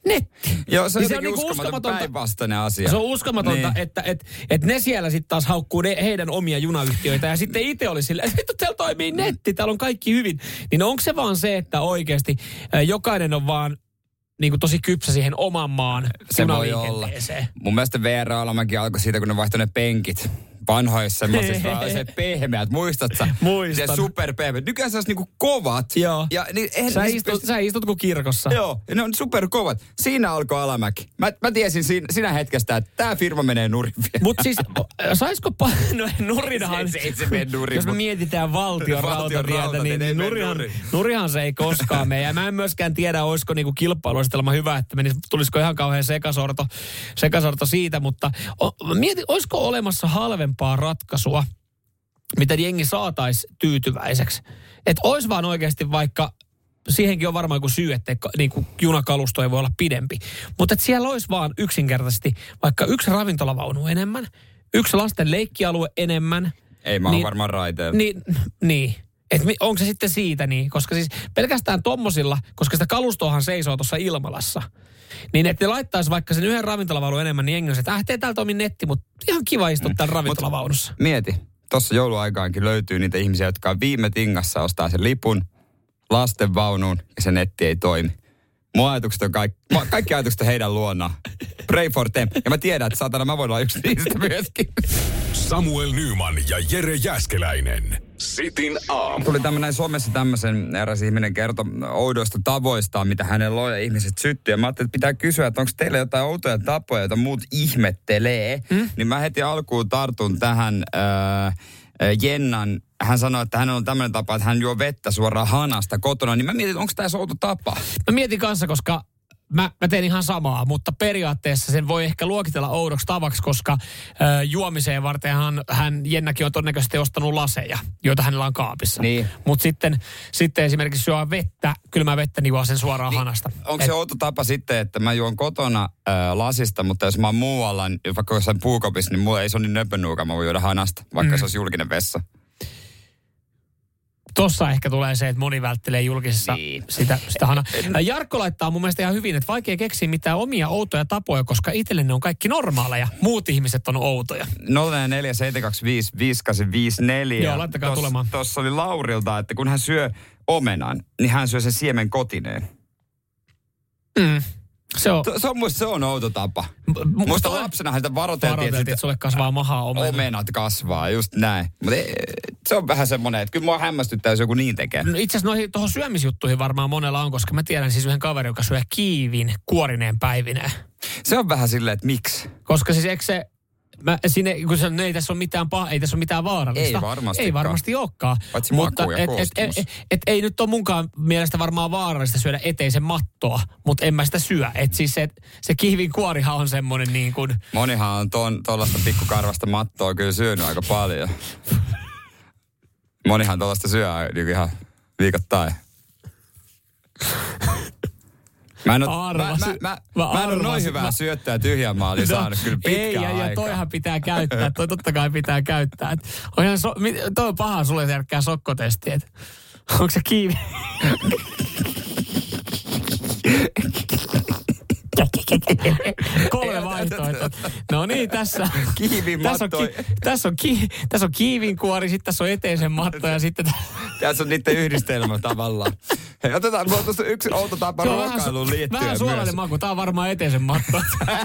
Netti. Joo, se on niin jotenkin niinku uskomaton päinvastainen asia. Se on uskomatonta, niin. että et, et ne siellä sitten taas haukkuu ne, heidän omia junayhtiöitä ja sitten itse oli silleen, että vittu, täällä toimii netti, täällä on kaikki hyvin. Niin onko se vaan se, että oikeasti äh, jokainen on vaan niin kuin tosi kypsä siihen oman maan se voi olla. Mun mielestä V R-alamäkin alkoi siitä, kun ne vaihtoi ne penkit. Vanhoissa semmoisissa vaan se pehmeät. Muistat sä? Muistan. Se superpehmeät. Nykyään se olisi niinku kovat. Joo. Ja, niin, eihän, sä, niin, istut, pysty... sä istut kuin kirkossa. Joo, ja ne on superkovat. Siinä alkoi alamäki. Mä, mä tiesin siinä, siinä hetkestä, että tää firma menee nurin vielä. Mut siis, saisko pa... No nurinhan... Se, se, se, se mene nurin. Jos me mietitään valtion rautatietä, niin, niin nurihan, nurihan se ei koskaan mene. Ja mä en myöskään tiedä, olisiko niinku kilpailuasetelma hyvä, että menis, tulisiko ihan kauhean sekasorto, sekasorto siitä, mutta o, mieti, olisiko olemassa halvempaa ratkaisua, mitä jengi saataisi tyytyväiseksi. Että olisi vaan oikeasti vaikka, siihenkin on varmaan joku syy, että niin kuin junakalusto ei voi olla pidempi. Mutta että siellä olisi vaan yksinkertaisesti vaikka yksi ravintolavaunu enemmän, yksi lasten leikkialue enemmän. Ei mä niin, oon varmaan raiteella. Niin, niin. Että onko se sitten siitä niin? Koska siis pelkästään tommosilla, koska sitä kalustoahan seisoo tuossa ilmalassa, niin että ne laittaisi vaikka sen yhden ravintolavaunun enemmän, niin jengi on se, että äh, tee täältä omin netti, mutta ihan kiva istua mm. täällä ravintolavaunussa. Mieti, tuossa jouluaikaankin löytyy niitä ihmisiä, jotka on viime tingassa ostaa sen lipun, lastenvaunuun ja se netti ei toimi. Mun ajatukset on kaikki, kaikki ajatukset on heidän luonaan. Pray for them. Ja mä tiedän, että saatana mä voin olla yksi niistä myöskin. Samuel Nyman ja Jere Jääskeläinen. Sitin aamu. Tuli tämmöinen somessa tämmöisen eräs ihminen kertoi oudoista tavoistaan, mitä hänellä on ja ihmiset syttyy. Ja mä ajattelin, että pitää kysyä, että onko teillä jotain outoja tapoja, joita muut ihmettelee. Hmm? Niin mä heti alkuun tartun tähän äh, Jennan. Hän sanoi, että hänellä on tämmöinen tapa, että hän juo vettä suoraan hanasta kotona. Niin mä mietin, onko tämä outo tapa? Mä mietin kanssa, koska mä, mä teen ihan samaa, mutta periaatteessa sen voi ehkä luokitella oudoksi tavaksi, koska ö, juomiseen varten hän, hän Jennäkin on todennäköisesti ostanut laseja, joita hänellä on kaapissa. Niin. Mutta sitten, sitten esimerkiksi juo vettä, kylmää vettä, niin juo sen suoraan niin, hanasta. Onko Et, se outo tapa sitten, että mä juon kotona ö, lasista, mutta jos mä oon muualla, vaikka jossain puukopissa, niin mulla ei se ole niin nöpönuuka, mä voin juoda hanasta, vaikka mm. se olisi julkinen vessa. Tossa ehkä tulee se, että moni välttelee julkisessa niin. sitä, sitä hana. Jarkko laittaa mun mielestä ihan hyvin, että vaikea keksiä mitään omia outoja tapoja, koska itselle ne on kaikki normaaleja. Muut ihmiset on outoja. nolla neljä seitsemän kaksi viisi viisi kahdeksan viisi neljä. Joo, laittakaa Tos, tulemaan. Tuossa oli Laurilta, että kun hän syö omenan, niin hän syö sen siemen kotineen. Mm. Se on, se on musta se on outo tapa. M- musta toi, lapsena häntä varoiteltiin, varoiteltiin että, että sulle kasvaa mahaa omenat. Omenat kasvaa, just näin. Mutta se on vähän semmoinen, että kyllä mua hämmästyttää, jos joku niin tekee. No itse asiassa tuohon syömisjuttuihin varmaan monella on, koska mä tiedän siis yhden kaverin, joka syö kiivin kuorineen päivineen. Se on vähän silleen, että miksi? Koska siis eikö se... Mä, sinne, kun se, ei tässä ole mitään paha, ei tässä ole mitään vaarallista. Ei varmasti. Ei varmasti olekaan. Paitsi mutta maku ja et, et, et, et, et, ei nyt ole munkaan mielestä varmaan vaarallista syödä eteisen mattoa, mutta en mä sitä syö. Et siis se, se kihvin kuorihan on semmoinen niin kuin... Monihan on tuollaista pikkukarvasta mattoa kyllä syönyt aika paljon. Monihan tuollaista syö niin ihan viikoittain. Mä en ole, mä, mä, mä, mä, mä en ole noin hyvää mä... syöttää tyhjän maalin no, saanut kyllä pitkään ei, ja, aikaa. ja toihan pitää käyttää. Toi totta kai pitää käyttää. On ihan so, toi on paha sulle järkkää sokkotesti. Et, onko se kiivi? Kolme vaihtoehtoa. No niin, tässä, tässä, on, ki, tässä, on, ki, tässä on kiivin kuori, sitten tässä on eteisen matto ja sitten... Tässä on niiden yhdistelmä tavallaan. Hei, otetaan, mulla on tuossa yksi outo tapa ruokailuun liittyen myös. Vähän suolainen maku, tää on varmaan eteisen matto.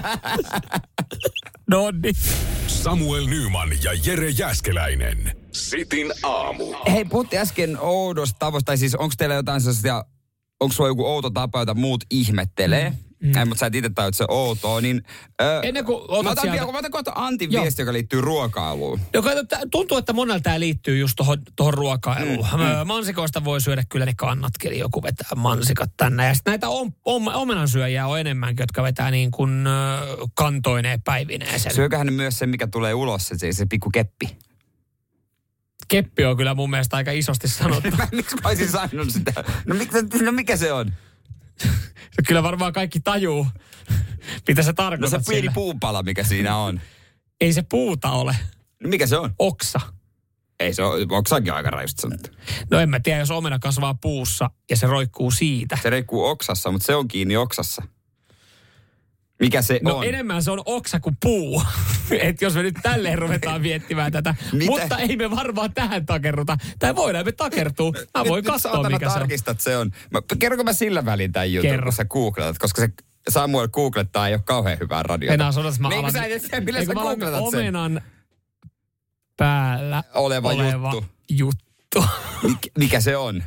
Nonni. Samuel Nyman ja Jere Jääskeläinen. Sitin aamu. Hei, puhuttiin äsken oudosta tavoista, tai siis onko teillä jotain sellaisia, onko sulla joku outo tapa, jota muut ihmettelee? Mm. Mm. Ei, mutta sä et itse tajut se outoa, niin... Öö, Ennen kuin otat mä otan sieltä... Vielä, mä otan kohta Antin Joo. viesti, joka liittyy ruokailuun. Joka, tuntuu, että monella tämä liittyy just tuohon, tuohon ruokailuun. Mm. Mm. Mansikoista voi syödä kyllä ne kannatkin, eli joku vetää mansikat tänne. Ja sitten näitä om, om, omenansyöjiä on enemmänkin, jotka vetää niin kuin äh, kantoineen päivineen sen. Syököhän myös se, mikä tulee ulos, se, se pikku keppi. Keppi on kyllä mun mielestä aika isosti sanottu. Miksi mä olisin sanonut sitä? No, mik, no mikä se on? Kyllä varmaan kaikki tajuu, mitä sä tarkoitat. No se pieni puupala, mikä siinä on. Ei se puuta ole. No mikä se on? Oksa. Ei se ole, oksakin aika rajusti sanottu. No en mä tiedä, jos omena kasvaa puussa ja se roikkuu siitä. Se roikkuu oksassa, mutta se on kiinni oksassa. Mikä se no, on? No enemmän se on oksa kuin puu. Että jos me nyt tälleen ruvetaan miettimään tätä. Mutta ei me varmaan tähän takerruta. Tai voidaan me takertua. Mä voin katsoa, mikä se on. Tarkistat, se on. Mä, kerronko mä sillä välin tämän jutun, Kerro. kun sä googletat? Koska se Samuel googlettaa ei ole kauhean hyvää radiota. Enää sanotaan, että mä niin, alan... Niin sä et tiedä, millä sä googletat sen. Omenan päällä oleva, oleva juttu. juttu. Mik, mikä se on?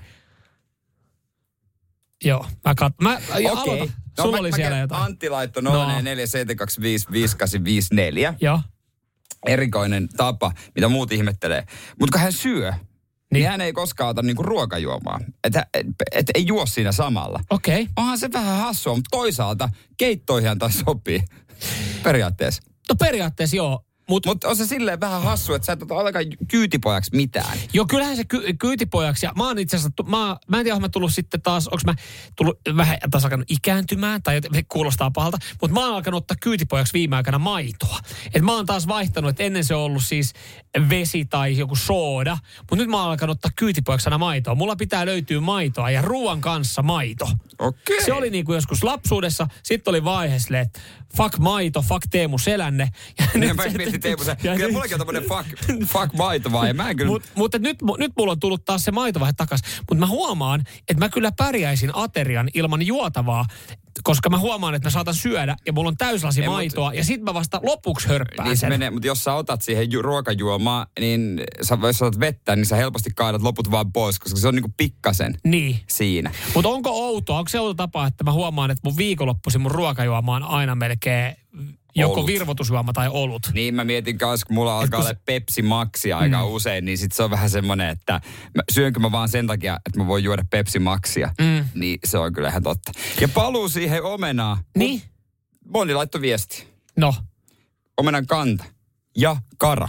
Joo, mä kat... Mä, ja Okei. aloita. No, Sulla mä, oli mä siellä kä- jotain. Antti laittoi nolla neljä seitsemän kaksi viisi viisi kahdeksan viisi neljä. Joo. Erikoinen tapa, mitä muut ihmettelee. Mutta kun hän syö, niin, niin hän ei koskaan ota niinku ruokajuomaa. Että et, et, ei juo siinä samalla. Okei. Okay. Onhan se vähän hassua, mutta toisaalta keittoihin taas sopii. Periaatteessa. No periaatteessa joo. Mutta Mut on se silleen vähän hassu, että sä et ota ollenkaan kyytipojaksi mitään. Joo, kyllähän se ky- kyytipojaksi. Ja mä oon itse asiassa, mä, mä en tiedä, onko mä tullut sitten taas, onko mä tullut vähän taas alkanut ikääntymään, tai kuulostaa pahalta, mutta mä oon alkanut ottaa kyytipojaksi viime aikana maitoa. Et mä oon taas vaihtanut, että ennen se on ollut siis vesi tai joku sooda, mutta nyt mä oon alkanut ottaa kyytipojaksi aina maitoa. Mulla pitää löytyä maitoa ja ruoan kanssa maito. Okei. Se oli niin kuin joskus lapsuudessa, sitten oli vaihe silleen, että fuck maito, fuck Teemu Selänne. Ja niin nyt mä se, mietin Teemu Selänne. Kyllä nyt, mullakin on tommonen fuck, fuck maito vai. Mä en kyllä... Mutta mut, nyt, nyt mulla on tullut taas se maito vähän takas. Mutta mä huomaan, että mä kyllä pärjäisin aterian ilman juotavaa, koska mä huomaan, että mä saatan syödä ja mulla on täyslasi Ei, maitoa mut, ja sit mä vasta lopuksi hörppään niin sen. Menee, mutta jos sä otat siihen ju- ruokajuomaan, niin sä, jos sä otat vettä, niin sä helposti kaadat loput vaan pois, koska se on niinku pikkasen niin. siinä. Mutta onko outoa, onko se outo tapa, että mä huomaan, että mun viikonloppuisin mun ruokajuoma on aina melkein joko olut. Virvotusjuoma tai olut. Niin mä mietin kanssa, kun mulla alkaa olla Pepsi Maxi aika mm. usein, niin sit se on vähän semmoinen, että mä, syönkö mä vaan sen takia, että mä voin juoda Pepsi Maxia. Mm. Niin se on kyllä ihan totta. Ja paluu siihen omenaan. Niin? Moni laittoi viesti. No? Omenan kanta ja kara.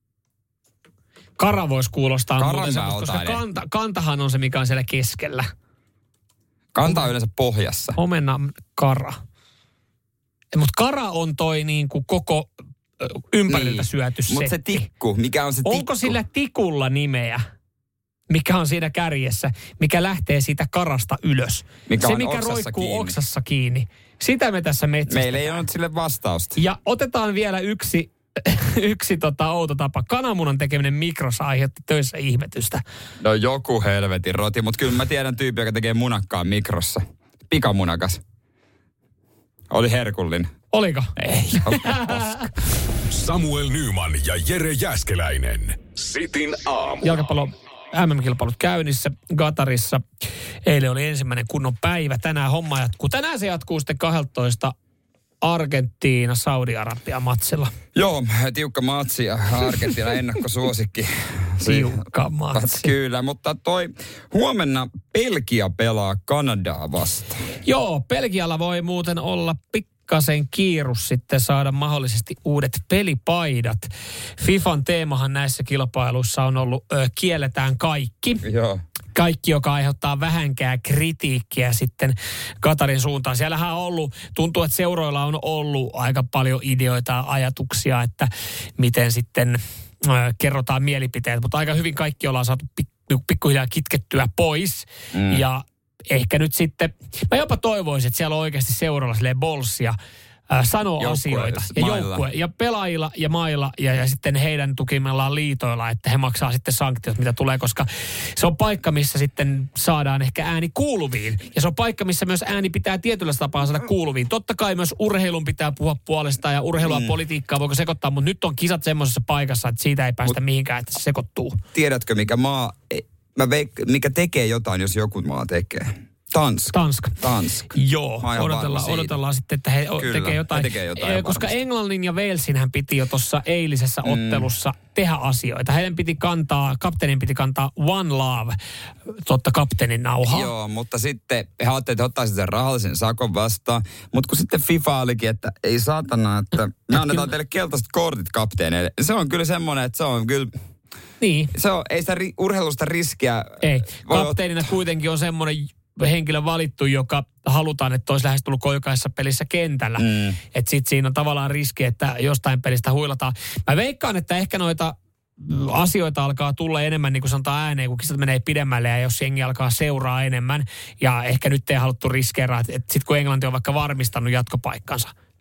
Kara voisi kuulostaa Karan muuten semmoista, koska kanta, kantahan on se, mikä on siellä keskellä. Kanta on yleensä pohjassa. Omenan kara. Mutta kara on toi niinku koko ympäriltä niin, syöty setti. Mutta se tikku, mikä on se tikku? Onko sillä tikulla nimeä, mikä on siinä kärjessä, mikä lähtee siitä karasta ylös? Mikä se, on mikä oksassa roikkuu kiinni. oksassa kiinni. Sitä me tässä metsästetään. Meillä ei ole sille vastausta. Ja otetaan vielä yksi, yksi tota outo tapa. Kananmunan tekeminen mikrossa aiheutti töissä ihmetystä. No joku helvetin roti, mutta kyllä mä tiedän tyyppi, joka tekee munakkaan mikrossa. Pikamunakas. Oli herkullinen. Oliko? Ei. Samuel Nyman ja Jere Jääskeläinen. Sitin aamu. Jalkapallo M M-kilpailut käynnissä Qatarissa. Eilen oli ensimmäinen kunnon päivä. Tänään homma jatkuu. Tänään se jatkuu sitten kaksitoista Argentiina, Saudi-Arabia matsilla. Joo, tiukka matsi ja Argentiina ennakkosuosikki. Tiukka matsi. Kyllä, mutta toi huomenna Belgia pelaa Kanadaa vastaan. Joo, Belgialla voi muuten olla pikkasen kiirus sitten saada mahdollisesti uudet pelipaidat. FIFAn teemahan näissä kilpailuissa on ollut ö, kielletään kaikki. Joo. Kaikki, joka aiheuttaa vähänkään kritiikkiä sitten Qatarin suuntaan. Siellähän on ollut, tuntuu, että seuroilla on ollut aika paljon ideoita ja ajatuksia, että miten sitten äh, kerrotaan mielipiteet. Mutta aika hyvin kaikki ollaan saatu pik- pikkuhiljaa kitkettyä pois. Mm. Ja ehkä nyt sitten, mä jopa toivoisin, että siellä on oikeasti seuroilla silleen bolssia, Äh, sanoo joukkue, asioita. Ja joukkue, ja pelaajilla ja mailla ja, ja sitten heidän tukimellaan liitoilla, että he maksaa sitten sanktiot, mitä tulee, koska se on paikka, missä sitten saadaan ehkä ääni kuuluviin. Ja se on paikka, missä myös ääni pitää tietyllä tapaa saada kuuluviin. Totta kai myös urheilun pitää puhua puolestaan ja urheilua mm. politiikkaa voiko sekoittaa, mutta nyt on kisat semmoisessa paikassa, että siitä ei päästä Mut, mihinkään, että se sekoittuu. Tiedätkö, mikä maa, mä veik, mikä tekee jotain, jos joku maa tekee? Tanska. Tanska. Tanska. Joo, odotellaan, odotellaan sitten, että he Kyllä, tekee jotain. He tekee jotain koska varmasti. Englannin ja Walesin hän piti jo tuossa eilisessä mm. ottelussa tehdä asioita. Heidän piti kantaa, kapteenin piti kantaa One Love, totta kapteenin nauhaa. Joo, mutta sitten he ajattelivat, että ottaisivat sen rahallisen sakon vastaan. Mutta kun sitten FIFA olikin, että ei saatana, että me annetaan teille keltaiset kortit kapteeneille. Se on kyllä semmoinen, että se on kyllä... Niin. Se on, ei sitä ri, urheilusta riskiä... Ei, kapteenina ot... kuitenkin on semmoinen... henkilö valittu, joka halutaan, että olisi lähes tullut jokaisessa pelissä kentällä. Mm. Että sitten siinä on tavallaan riski, että jostain pelistä huilataan. Mä veikkaan, että ehkä noita asioita alkaa tulla enemmän, niin kuin sanotaan ääneen, kun kisat menee pidemmälle ja jos jengi alkaa seuraa enemmän. Ja ehkä nyt ei haluttu riskeeraa, että sitten kun Englanti on vaikka varmistanut jatkopaikkansa,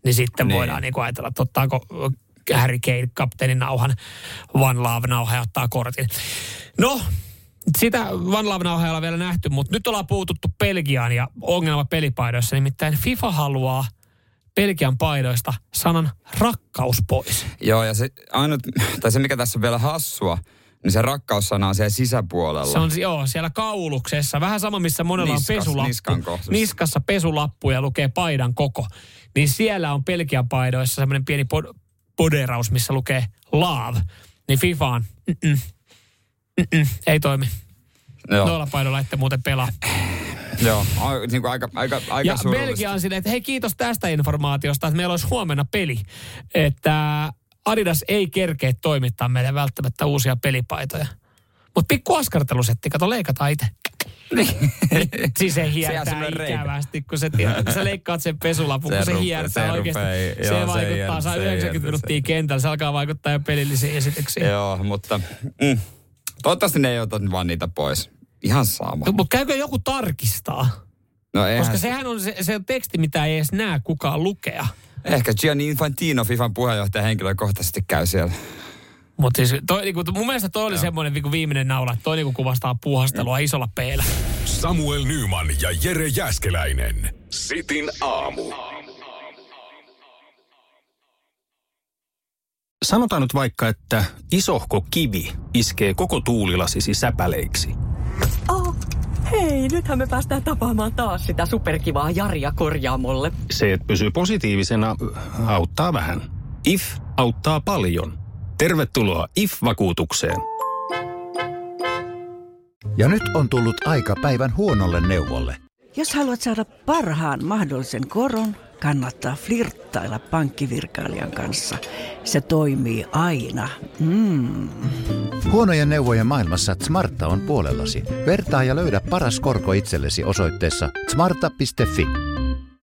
niin sitten niin. voidaan niin kuin ajatella, että ottaako Harry Kane kapteenin nauhan, One Love-nauha ja ottaa kortin. No, sitä One Love-nauhaa ei ole vielä nähty, mutta nyt ollaan puututtu Belgiaan ja ongelma pelipaidoissa. Nimittäin FIFA haluaa Belgian paidoista sanan rakkaus pois. Joo, ja se ainut, tai se mikä tässä on vielä hassua, niin se rakkaussana on siellä sisäpuolella. Se on joo, siellä kauluksessa. Vähän sama, missä monella Niskas, on pesulappu. niskan kohdassa. Niskassa pesulappu ja lukee paidan koko. Niin siellä on Belgian paidoissa semmoinen pieni pod- poderaus, missä lukee love. Niin FIFA on, mm-mm, mm-mm, ei toimi. Joo. Noilla paidoilla ette muuten pelaa. Joo, niin kuin aika, aika, aika ja Belgia on silleen, että hei kiitos tästä informaatiosta, että meillä olisi huomenna peli. Että Adidas ei kerkeä toimittaa meille välttämättä uusia pelipaitoja. Mutta pikku askartelusetti, kato leikataan itse. Siis se hiertää ikävästi, kun, se, kun sä leikkaat sen pesulapun, kun se hiertää se oikeasti. Rupei, se joo, vaikuttaa, se saa yhdeksänkymmentä minuuttia kentällä, se alkaa vaikuttaa jo pelillisiin esityksiin. Joo, mutta mm, toivottavasti ne ei ota vaan niitä pois. Ihan sama. No, mutta käykö joku tarkistaa? No koska sehän on se, se teksti, mitä ei edes näe kukaan lukea. Ehkä Gianni Infantino, FIFAn puheenjohtaja, henkilökohtaisesti käy siellä. Mutta siis toi, niinku, mun mielestä toi oli semmoinen niinku viimeinen naula, että toi niinku kuvastaa puuhastelua mm. isolla peellä. Samuel Nyman ja Jere Jääskeläinen. Sitin aamu. Sanotaan nyt vaikka, että isohko kivi iskee koko tuulilasisi säpäleiksi. Oh, hei, nythän me päästään tapaamaan taas sitä superkivaa Jaria korjaamolle. Se, että pysyy positiivisena, auttaa vähän. I F auttaa paljon. Tervetuloa I F-vakuutukseen. Ja nyt on tullut aika päivän huonolle neuvolle. Jos haluat saada parhaan mahdollisen koron, kannattaa flirttailla pankkivirkailijan kanssa. Se toimii aina. Mm. Huonojen neuvojen maailmassa Smarta on puolellasi. Vertaa ja löydä paras korko itsellesi osoitteessa smarta piste fi.